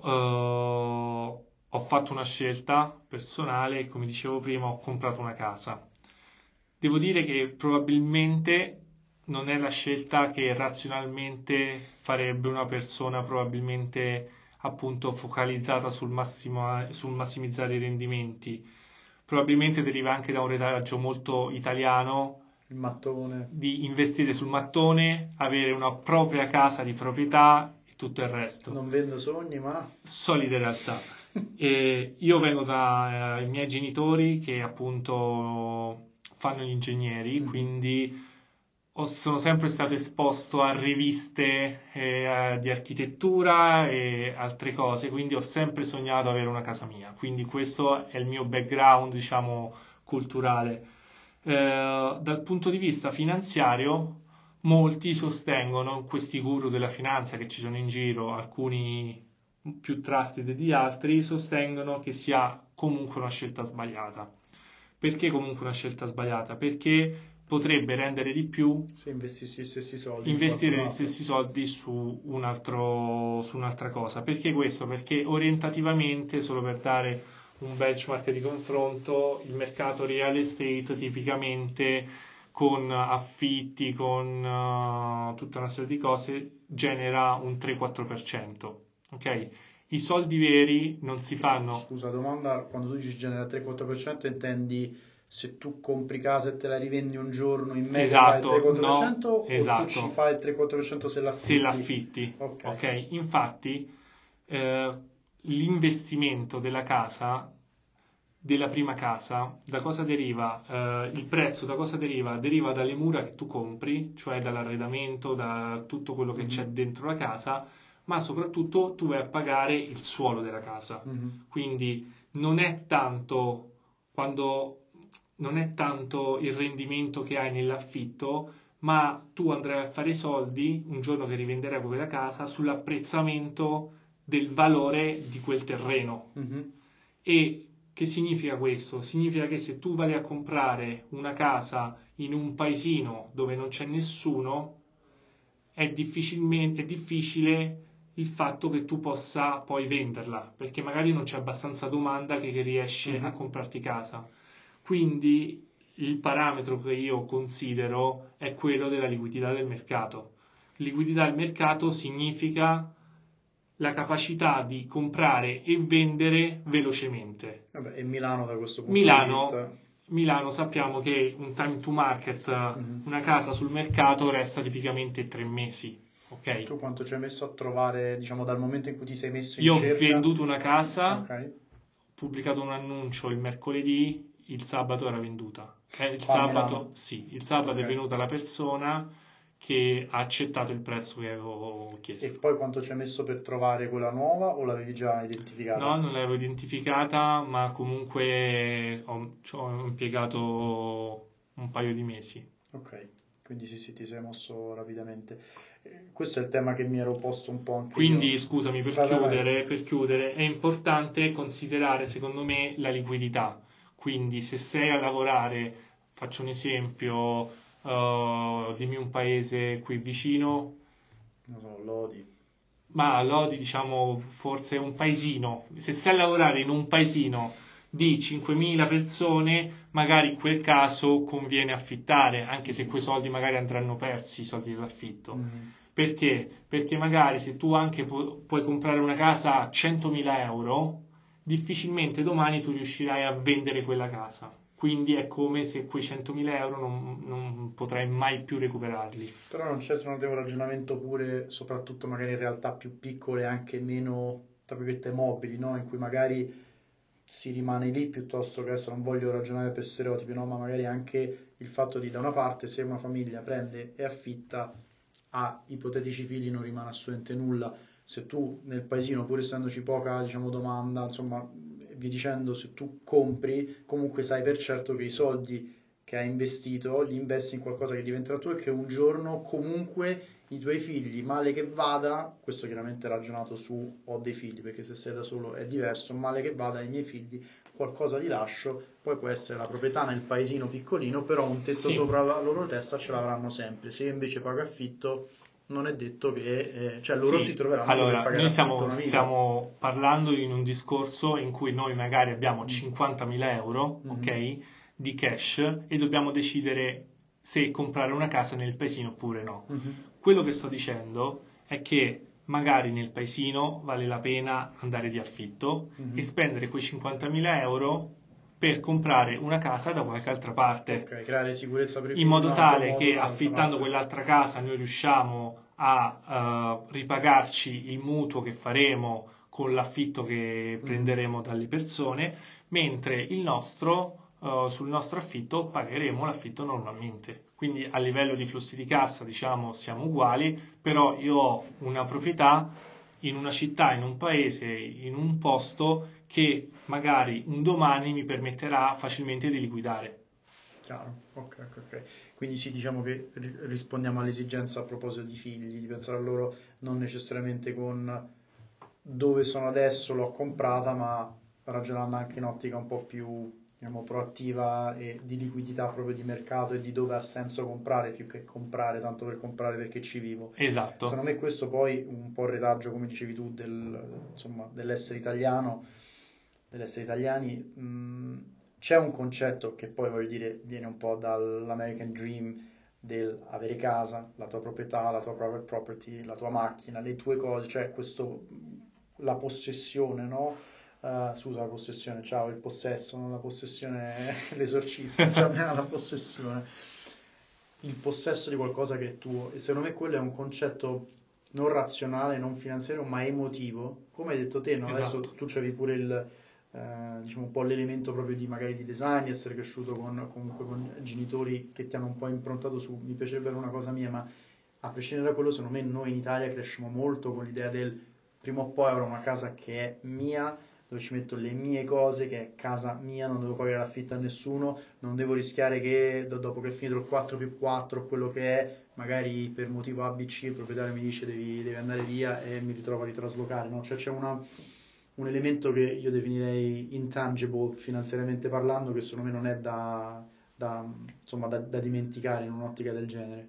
eh, ho fatto una scelta personale e come dicevo prima ho comprato una casa. Devo dire che probabilmente non è la scelta che razionalmente farebbe una persona probabilmente appunto focalizzata sul massimo- sul massimizzare i rendimenti. Probabilmente deriva anche da un retaggio molto italiano Il mattone, di investire sul mattone, avere una propria casa di proprietà e tutto il resto. non vendo sogni, ma... Solide realtà. E io vengo dai miei genitori che appunto fanno gli ingegneri, Mhm. quindi ho- sono sempre stato esposto a riviste eh, di architettura e altre cose, quindi ho sempre sognato avere una casa mia. Quindi questo è il mio background, diciamo, culturale. Eh, dal punto di vista finanziario, molti sostengono, questi guru della finanza che ci sono in giro, alcuni più trusted di altri, sostengono che sia comunque una scelta sbagliata. Perché comunque una scelta sbagliata? Perché potrebbe rendere di più Se investissi gli stessi soldi in investire gli qualcos'altro. stessi soldi su un altro, su un'altra cosa. Perché questo? Perché orientativamente, solo per dare un benchmark di confronto, il mercato real estate tipicamente con affitti, con uh, tutta una serie di cose, genera un tre-quattro per cento. Ok? I soldi veri non si fanno. Scusa, domanda, quando tu dici genera tre-quattro per cento intendi se tu compri casa e te la rivendi un giorno in media Esatto, fai il tre quattro per cento, no, o esatto. tu ci fai il tre quattro per cento se l'affitti? Se l'affitti, Ok. ok? Infatti, eh, l'investimento della casa, della prima casa, da cosa deriva? Eh, il prezzo da cosa deriva? Deriva dalle mura che tu compri, cioè dall'arredamento, da tutto quello che Mhm. c'è dentro la casa, ma soprattutto tu vai a pagare il suolo della casa. Mhm. Quindi non è tanto quando non è tanto il rendimento che hai nell'affitto, ma tu andrai a fare i soldi un giorno che rivenderai quella casa sull'apprezzamento del valore di quel terreno. Mhm. E che significa questo? Significa che se tu vai a comprare una casa in un paesino dove non c'è nessuno, è, difficilmente, è difficile il fatto che tu possa poi venderla, perché magari non c'è abbastanza domanda che, che riesce a Mhm. comprarti casa. Quindi il parametro che io considero è quello della liquidità del mercato. Liquidità del mercato significa la capacità di comprare e vendere velocemente. Vabbè, e Milano da questo punto di Milano, vista... Milano sappiamo che un time to market, Mhm. una casa sul mercato resta tipicamente tre mesi. Ok? Tu quanto ci hai messo a trovare, diciamo, dal momento in cui ti sei messo in Io ho cerca? venduto una casa, Ok. ho pubblicato un annuncio il mercoledì, il sabato era venduta. Eh, il Qua a sabato, Milano? sì, il sabato è Ok. venuta la persona che ha accettato il prezzo che avevo E chiesto. poi quanto ci hai messo per trovare quella nuova, o l'avevi già identificata? No, non l'avevo identificata, ma comunque ho, ci ho impiegato un paio di mesi. Ok, quindi sì, sì, ti sei mosso rapidamente. Eh, questo è il tema che mi ero posto un po' anche Quindi, io. scusami, per Vai, vai, vai. chiudere, per chiudere, è importante considerare, secondo me, la liquidità. Quindi, se sei a lavorare, faccio un esempio, eh, dimmi un paese qui vicino, Non so, Lodi. ma Lodi, diciamo, forse è un paesino. Se sai lavorare in un paesino di cinquemila persone, magari in quel caso conviene affittare, anche se quei soldi magari andranno persi, i soldi dell'affitto. Mhm. Perché? Perché magari se tu anche pu- puoi comprare una casa a centomila euro, difficilmente domani tu riuscirai a vendere quella casa. Quindi è come se quei centomila euro non, non potrai mai più recuperarli. Però non c'è, secondo te, un ragionamento pure, soprattutto magari in realtà più piccole, anche meno, tra virgolette, mobili, no? In cui magari si rimane lì piuttosto che adesso non voglio ragionare per stereotipi, no? Ma magari anche il fatto di, da una parte, se una famiglia prende e affitta, a ipotetici figli non rimane assolutamente nulla. Se tu nel paesino, pur essendoci poca, diciamo, domanda, insomma, e via dicendo, se tu compri, comunque sai per certo che i soldi che hai investito li investi in qualcosa che diventerà tuo, e che un giorno comunque i tuoi figli, male che vada, questo chiaramente ragionato su ho dei figli, perché se sei da solo è diverso, male che vada ai miei figli qualcosa li lascio, poi può essere la proprietà nel paesino piccolino, però un tetto Sì. sopra la loro testa ce l'avranno sempre. Se io invece pago affitto, non è detto che, eh, cioè loro Sì, si troveranno a dover allora pagare noi affitto stiamo, una vita. stiamo parlando in un discorso in cui noi magari abbiamo Mm. cinquantamila euro, Mhm. ok, di cash e dobbiamo decidere se comprare una casa nel paesino oppure no. Mhm. Quello che sto dicendo è che magari nel paesino vale la pena andare di affitto e Mhm. spendere quei cinquantamila euro per comprare una casa da qualche altra parte Ok, creare sicurezza per i in figli in un modo altro tale modo che dall'altra affittando parte. quell'altra casa noi riusciamo a eh, ripagarci il mutuo che faremo con l'affitto che Mhm. prenderemo dalle persone, mentre il nostro, eh, sul nostro affitto pagheremo l'affitto normalmente. Quindi a livello di flussi di cassa, diciamo, siamo uguali, però io ho una proprietà in una città, in un paese, in un posto che magari un domani mi permetterà facilmente di liquidare. Chiaro, ok, ok, ok. Quindi sì, diciamo che ri- rispondiamo all'esigenza a proposito di figli, di pensare a loro non necessariamente con dove sono adesso l'ho comprata, ma ragionando anche in ottica un po' più, diciamo, proattiva e di liquidità proprio di mercato, e di dove ha senso comprare più che comprare tanto per comprare perché ci vivo. Esatto. Secondo me questo poi un po' il retaggio, come dicevi tu, del, insomma, dell'essere italiano, dell'essere italiani. Mh, c'è un concetto che poi, voglio dire, viene un po' dall'American Dream, del avere casa, la tua proprietà, la tua private property, la tua macchina, le tue cose, cioè questo, la possessione, no? Uh, scusa, la possessione, ciao, il possesso, non la possessione, l'esorcista, cioè la possessione, il possesso di qualcosa che è tuo. E secondo me quello è un concetto non razionale, non finanziario, ma emotivo. Come hai detto te, no? Adesso Esatto. tu c'avevi pure il, eh, diciamo un po' l'elemento proprio di magari di design, essere cresciuto con, comunque con genitori che ti hanno un po' improntato su mi piacerebbe avere una cosa mia, ma a prescindere da quello, secondo me noi in Italia cresciamo molto con l'idea del prima o poi avrò una casa che è mia, dove ci metto le mie cose, che è casa mia, non devo pagare l'affitto a nessuno, non devo rischiare che do- dopo che è finito il quattro più quattro, quello che è, magari per motivo A B C il proprietario mi dice devi, devi andare via e mi ritrovo a ritraslocare, no? Cioè c'è una, un elemento che io definirei intangible finanziariamente parlando, che secondo me non è da, da, insomma, da, da dimenticare in un'ottica del genere.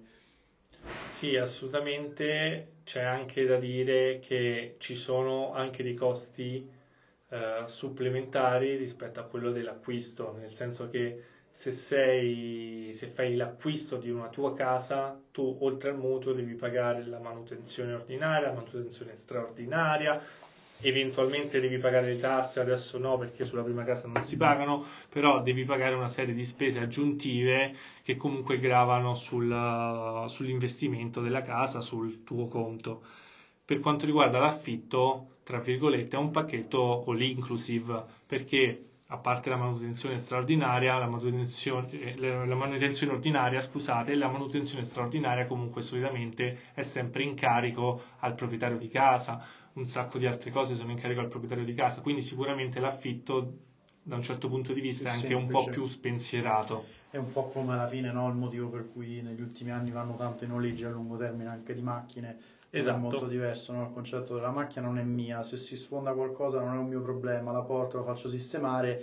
Sì, assolutamente. C'è anche da dire che ci sono anche dei costi eh, supplementari rispetto a quello dell'acquisto, nel senso che se sei, se fai l'acquisto di una tua casa, tu oltre al mutuo devi pagare la manutenzione ordinaria, la manutenzione straordinaria, eventualmente devi pagare le tasse, adesso no perché sulla prima casa non si pagano, però devi pagare una serie di spese aggiuntive che comunque gravano sul- sull'investimento della casa, sul tuo conto. Per quanto riguarda l'affitto, tra virgolette, è un pacchetto all inclusive, perché a parte la manutenzione straordinaria, la manutenzione, eh, la manutenzione ordinaria, scusate, la manutenzione straordinaria comunque solitamente è sempre in carico al proprietario di casa, un sacco di altre cose sono in carico al proprietario di casa, quindi sicuramente l'affitto da un certo punto di Più vista è anche un po' semplice. più spensierato. È un po' come alla fine, no? Il motivo per cui negli ultimi anni vanno tanto i noleggi a lungo termine anche di macchine, non è molto Esatto. diverso, no? Il concetto della macchina non è mia, se si sfonda qualcosa non è un mio problema, la porto, la faccio sistemare.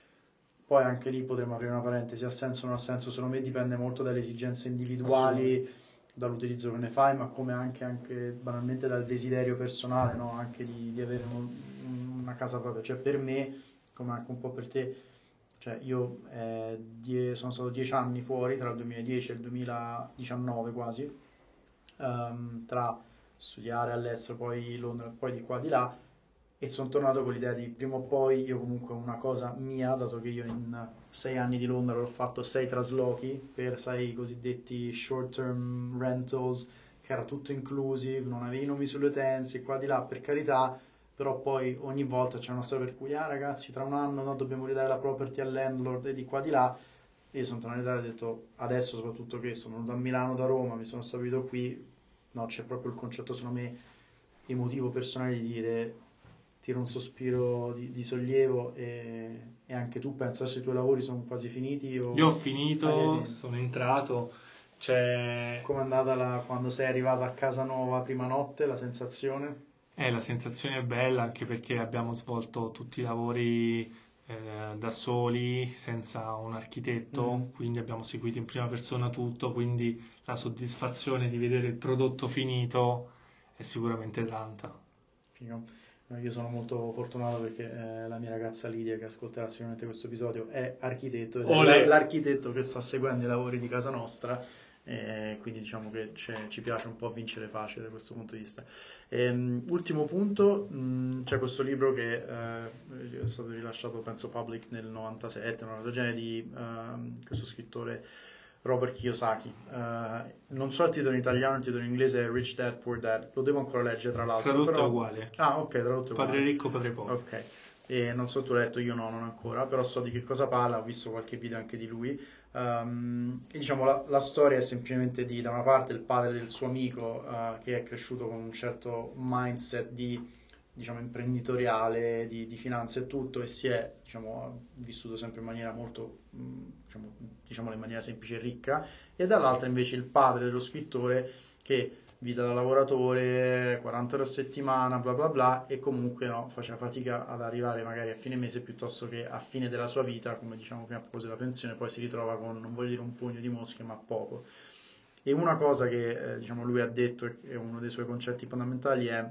Poi anche lì potremmo aprire una parentesi, ha senso o non ha senso, secondo me dipende molto dalle esigenze individuali, Assolutamente. dall'utilizzo che ne fai, ma come anche, anche banalmente dal desiderio personale, no? Anche di, di avere un- una casa propria. Cioè per me, come anche un po' per te, cioè io eh, die- sono stato dieci anni fuori, tra il duemiladieci e il duemiladiciannove quasi, ehm, tra studiare all'estero, poi Londra, poi di qua di là, e sono tornato con l'idea di prima o poi io comunque una cosa mia, dato che io in sei anni di Londra ho fatto sei traslochi per, sai, i cosiddetti short term rentals, che era tutto inclusive, non avevi nomi sulle utenze, qua di là, per carità, però poi ogni volta c'è una storia per cui, ah ragazzi, tra un anno no, dobbiamo ridare la property al landlord e di qua di là. E io sono tornato in Italia e ho detto, adesso soprattutto che sono venuto a Milano da Roma, mi sono stabilito qui, no, c'è proprio il concetto, secondo me, emotivo personale di dire, tiro un sospiro di, di sollievo e, e anche tu penso adesso i tuoi lavori sono quasi finiti Io ho o hai finito, finito? sono entrato, c'è Com'è andata la, quando sei arrivato a casa nuova prima notte, la sensazione? Eh, la sensazione è bella anche perché abbiamo svolto tutti i lavori eh, da soli, senza un architetto, Mhm. quindi abbiamo seguito in prima persona tutto, quindi la soddisfazione di vedere il prodotto finito è sicuramente tanta. Figo. No, io sono molto fortunato perché eh, la mia ragazza Lidia, che ascolterà sicuramente questo episodio, è architetto ed è la- Ole! l'architetto che sta seguendo i lavori di casa nostra, e quindi diciamo che c'è- ci piace un po' vincere facile da questo punto di vista. Ehm, ultimo punto, mh, c'è questo libro che eh, è stato rilasciato, penso, public nel novantasette, una cosa del genere, di ehm, questo scrittore Robert Kiyosaki. Eh, non so il titolo in italiano, il titolo in inglese è Rich Dad Poor Dad, lo devo ancora leggere tra l'altro, Tradotto è però... uguale. Ah, ok, tradotto è Padre uguale. ricco, padre povero. Ok, e non so tu l'hai letto, io no, non ancora, però so di che cosa parla, ho visto qualche video anche di lui. Ehm, e diciamo la, la storia è semplicemente di, da una parte, il padre del suo amico eh, che è cresciuto con un certo mindset di, diciamo, imprenditoriale, di, di finanza e tutto, e si è, diciamo, vissuto sempre in maniera molto, mh, diciamo, diciamolo in maniera semplice e ricca, e dall'altra invece il padre dello scrittore che vita da lavoratore, quaranta ore a settimana, bla bla bla, e comunque no, faceva fatica ad arrivare magari a fine mese piuttosto che a fine della sua vita, come diciamo prima a proposito della pensione, poi si ritrova con, non voglio dire un pugno di mosche, ma poco. E una cosa che eh, diciamo, lui ha detto, e che è uno dei suoi concetti fondamentali, è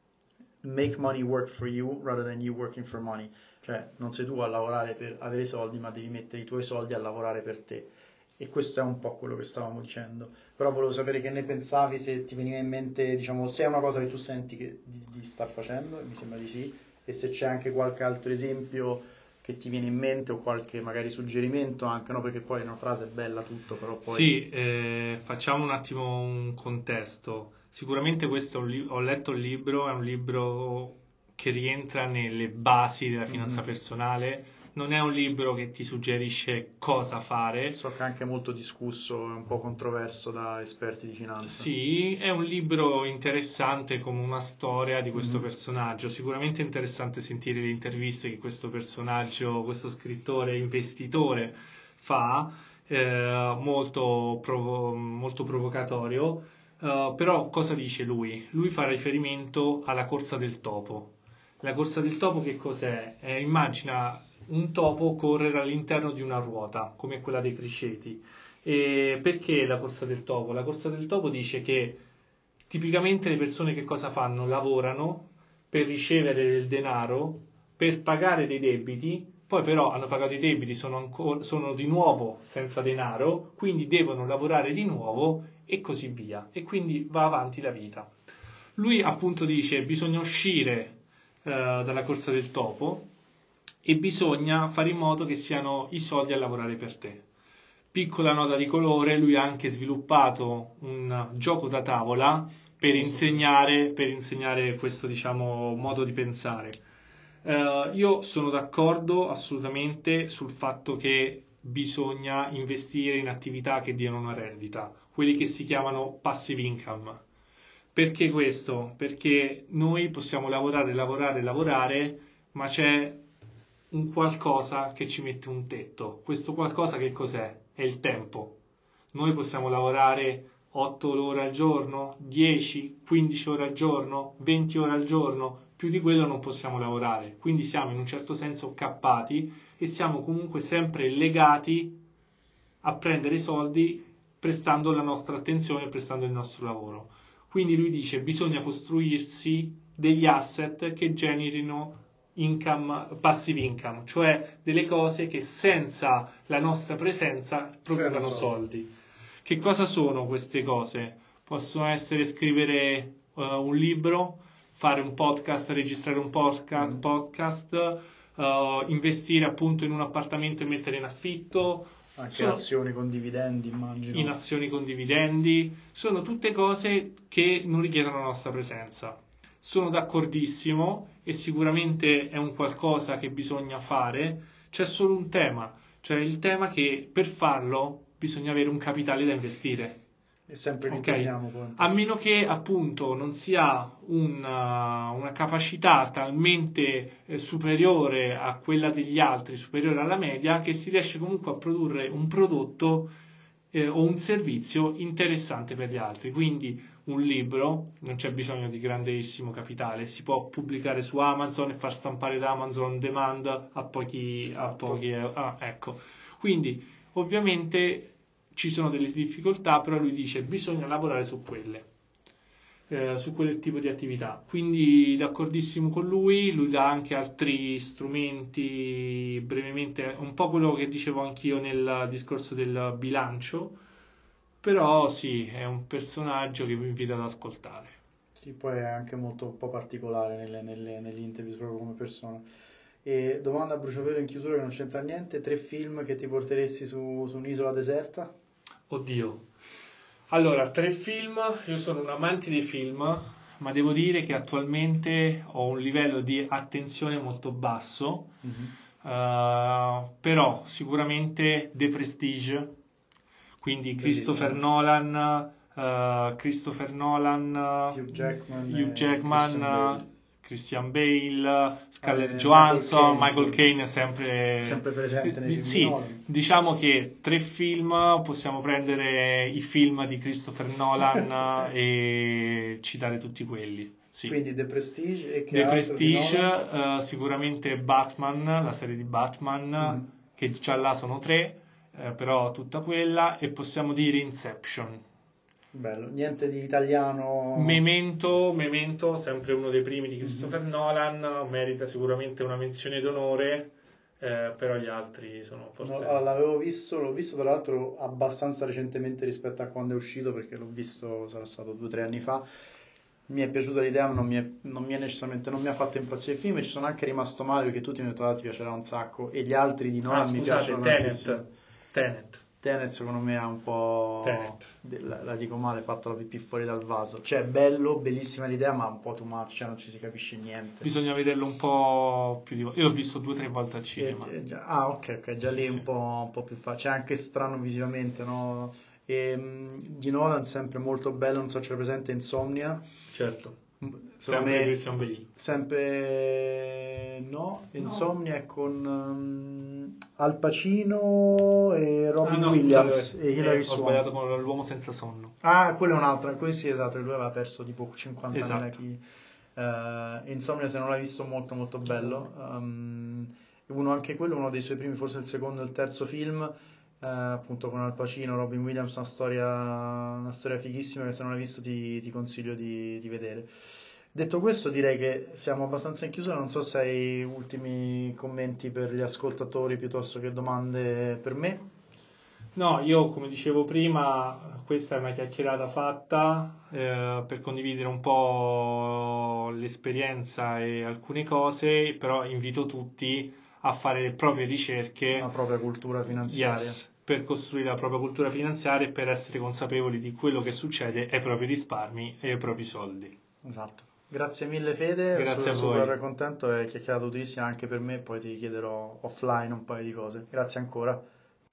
make money work for you rather than you working for money. Cioè non sei tu a lavorare per avere soldi, ma devi mettere i tuoi soldi a lavorare per te. E questo è un po' quello che stavamo dicendo. Però volevo sapere che ne pensavi, se ti veniva in mente, diciamo, se è una cosa che tu senti che, di, di star facendo, e mi sembra di sì, e se c'è anche qualche altro esempio che ti viene in mente o qualche magari suggerimento anche, no? Perché poi una frase è bella tutto, però poi... Sì, eh, facciamo un attimo un contesto. Sicuramente questo è un li- ho letto il libro, è un libro che rientra nelle basi della finanza Mhm. personale. Non è un libro che ti suggerisce cosa fare. So che è anche molto discusso, è un po' controverso da esperti di finanza. Sì, è un libro interessante come una storia di questo Mhm. personaggio. Sicuramente è interessante sentire le interviste che questo personaggio, questo scrittore investitore fa, eh, molto, provo- molto provocatorio. Eh, però cosa dice lui? Lui fa riferimento alla corsa del topo. La corsa del topo che cos'è? Eh, immagina un topo correre all'interno di una ruota, come quella dei criceti. E perché la corsa del topo? La corsa del topo dice che tipicamente le persone che cosa fanno? Lavorano per ricevere del denaro, per pagare dei debiti, poi però hanno pagato i debiti, sono, ancora, sono di nuovo senza denaro, quindi devono lavorare di nuovo e così via. E quindi va avanti la vita. Lui appunto dice bisogna uscire eh, dalla corsa del topo e bisogna fare in modo che siano i soldi a lavorare per te. Piccola nota di colore, lui ha anche sviluppato un gioco da tavola per insegnare, per insegnare questo, diciamo, modo di pensare. Eh, io sono d'accordo assolutamente sul fatto che bisogna investire in attività che diano una rendita, quelli che si chiamano passive income. Perché questo? Perché noi possiamo lavorare, lavorare, lavorare, ma c'è un qualcosa che ci mette un tetto. Questo qualcosa che cos'è? È il tempo. Noi possiamo lavorare otto ore al giorno, dieci, quindici ore al giorno, venti ore al giorno, più di quello non possiamo lavorare. Quindi siamo in un certo senso cappati e siamo comunque sempre legati a prendere soldi prestando la nostra attenzione, prestando il nostro lavoro. Quindi lui dice bisogna costruirsi degli asset che generino income, passive income, cioè delle cose che senza la nostra presenza producano soldi. Che cosa sono queste cose? Possono essere scrivere uh, un libro, fare un podcast, registrare un podca- Mm. podcast, uh, investire appunto in un appartamento e mettere in affitto. Anche Sono azioni con dividendi, immagino. in azioni con dividendi, sono tutte cose che non richiedono la nostra presenza. Sono d'accordissimo e sicuramente è un qualcosa che bisogna fare. C'è solo un tema, cioè il tema che per farlo bisogna avere un capitale da investire. E sempre Ok? ritorniamo poi. A meno che appunto non si ha una, una capacità talmente eh, superiore a quella degli altri, superiore alla media, che si riesce comunque a produrre un prodotto eh, o un servizio interessante per gli altri. Quindi un libro, non c'è bisogno di grandissimo capitale, si può pubblicare su Amazon e far stampare da Amazon on demand a pochi, a Esatto. pochi ah, ecco. Quindi ovviamente ci sono delle difficoltà, però lui dice bisogna lavorare su quelle, eh, su quel tipo di attività. Quindi d'accordissimo con lui, lui dà anche altri strumenti, brevemente, un po' quello che dicevo anch'io nel discorso del bilancio, però sì, è un personaggio che vi invito ad ascoltare. Sì, poi è anche molto un po' particolare nelle, nelle, negli interview proprio come persona. E domanda a bruciapelo in chiusura che non c'entra niente, tre film che ti porteresti su, su un'isola deserta? Oddio. Allora, tre film, io sono un amante dei film, ma devo dire che attualmente ho un livello di attenzione molto basso. Mhm. Uh, però sicuramente The Prestige, quindi Christopher Bellissimo. Nolan, uh, Christopher Nolan, Hugh Jackman Hugh e Jackman, Christian Bale. Christian Bale, Scarlett Eh, Michael Johansson, Caine Michael pure, Caine sempre, sempre presente nei di- film di sì, Nolan. diciamo che tre film possiamo prendere i film di Christopher Nolan e citare tutti quelli. Sì. Quindi The Prestige e che The altro di Prestige, Nolan? eh, sicuramente Batman, la serie di Batman, Mhm. che già là sono tre, eh, però tutta quella, e possiamo dire Inception. Bello, niente di italiano. Memento, Memento, sempre uno dei primi di Christopher Mhm. Nolan, merita sicuramente una menzione d'onore, eh, però gli altri sono No, forse... allora, l'avevo visto, l'ho visto tra l'altro abbastanza recentemente rispetto a quando è uscito perché l'ho visto, sarà stato due o tre anni fa. mi è piaciuta l'idea, ma non mi è, non mi è necessariamente, non mi ha fatto impazzire il film, e ci sono anche rimasto male perché tutti mi hanno detto: "Ah, ti piacerà un sacco", e gli altri di Nolan Ah, mi scusate, piacciono tantissimo. Tenet. Tenet. Tenet secondo me ha un po', Tenet. la, la dico male, fatto la pipì fuori dal vaso, cioè bello, bellissima l'idea, ma un po' too much, cioè non ci si capisce niente. Bisogna vederlo un po' più di volte. Io l'ho visto due o tre volte al E- cinema. e già- ah, ok, ok, già Sì, lì è sì, un po', un po' più facile, c'è anche strano visivamente, no? E, mh, di Nolan sempre molto bello, non so se c'è presente Insomnia. certo. Mm, secondo Sempre me Christian Bale. sempre no, No. Insomnia è con um, Al Pacino e Ah Robin no, Williams scusate, e eh, Hilary ho Swank. sbagliato con L'uomo senza sonno. Ah, quello è un altro, quello sì, esatto, lui aveva perso tipo cinquantamila Esatto. chili. Eh, Insomnia, se non l'hai visto, molto molto bello. Um, uno, anche quello, uno dei suoi primi, forse il secondo e il terzo film, eh, appunto con Al Pacino, Robin Williams, una storia, una storia fighissima che se non l'hai visto ti, ti consiglio di, di vedere. Detto questo, direi che siamo abbastanza in chiusura, non so se hai ultimi commenti per gli ascoltatori piuttosto che domande per me. No, io come dicevo prima, questa è una chiacchierata fatta eh, per condividere un po' l'esperienza e alcune cose, però invito tutti a fare le proprie La ricerche, propria cultura finanziaria. yes, per costruire la propria cultura finanziaria e per essere consapevoli di quello che succede ai propri risparmi e ai propri soldi. Esatto. Grazie mille Fede, Grazie sono a super voi. contento e chiacchierato utilissima anche per me, poi ti chiederò offline un paio di cose. Grazie ancora.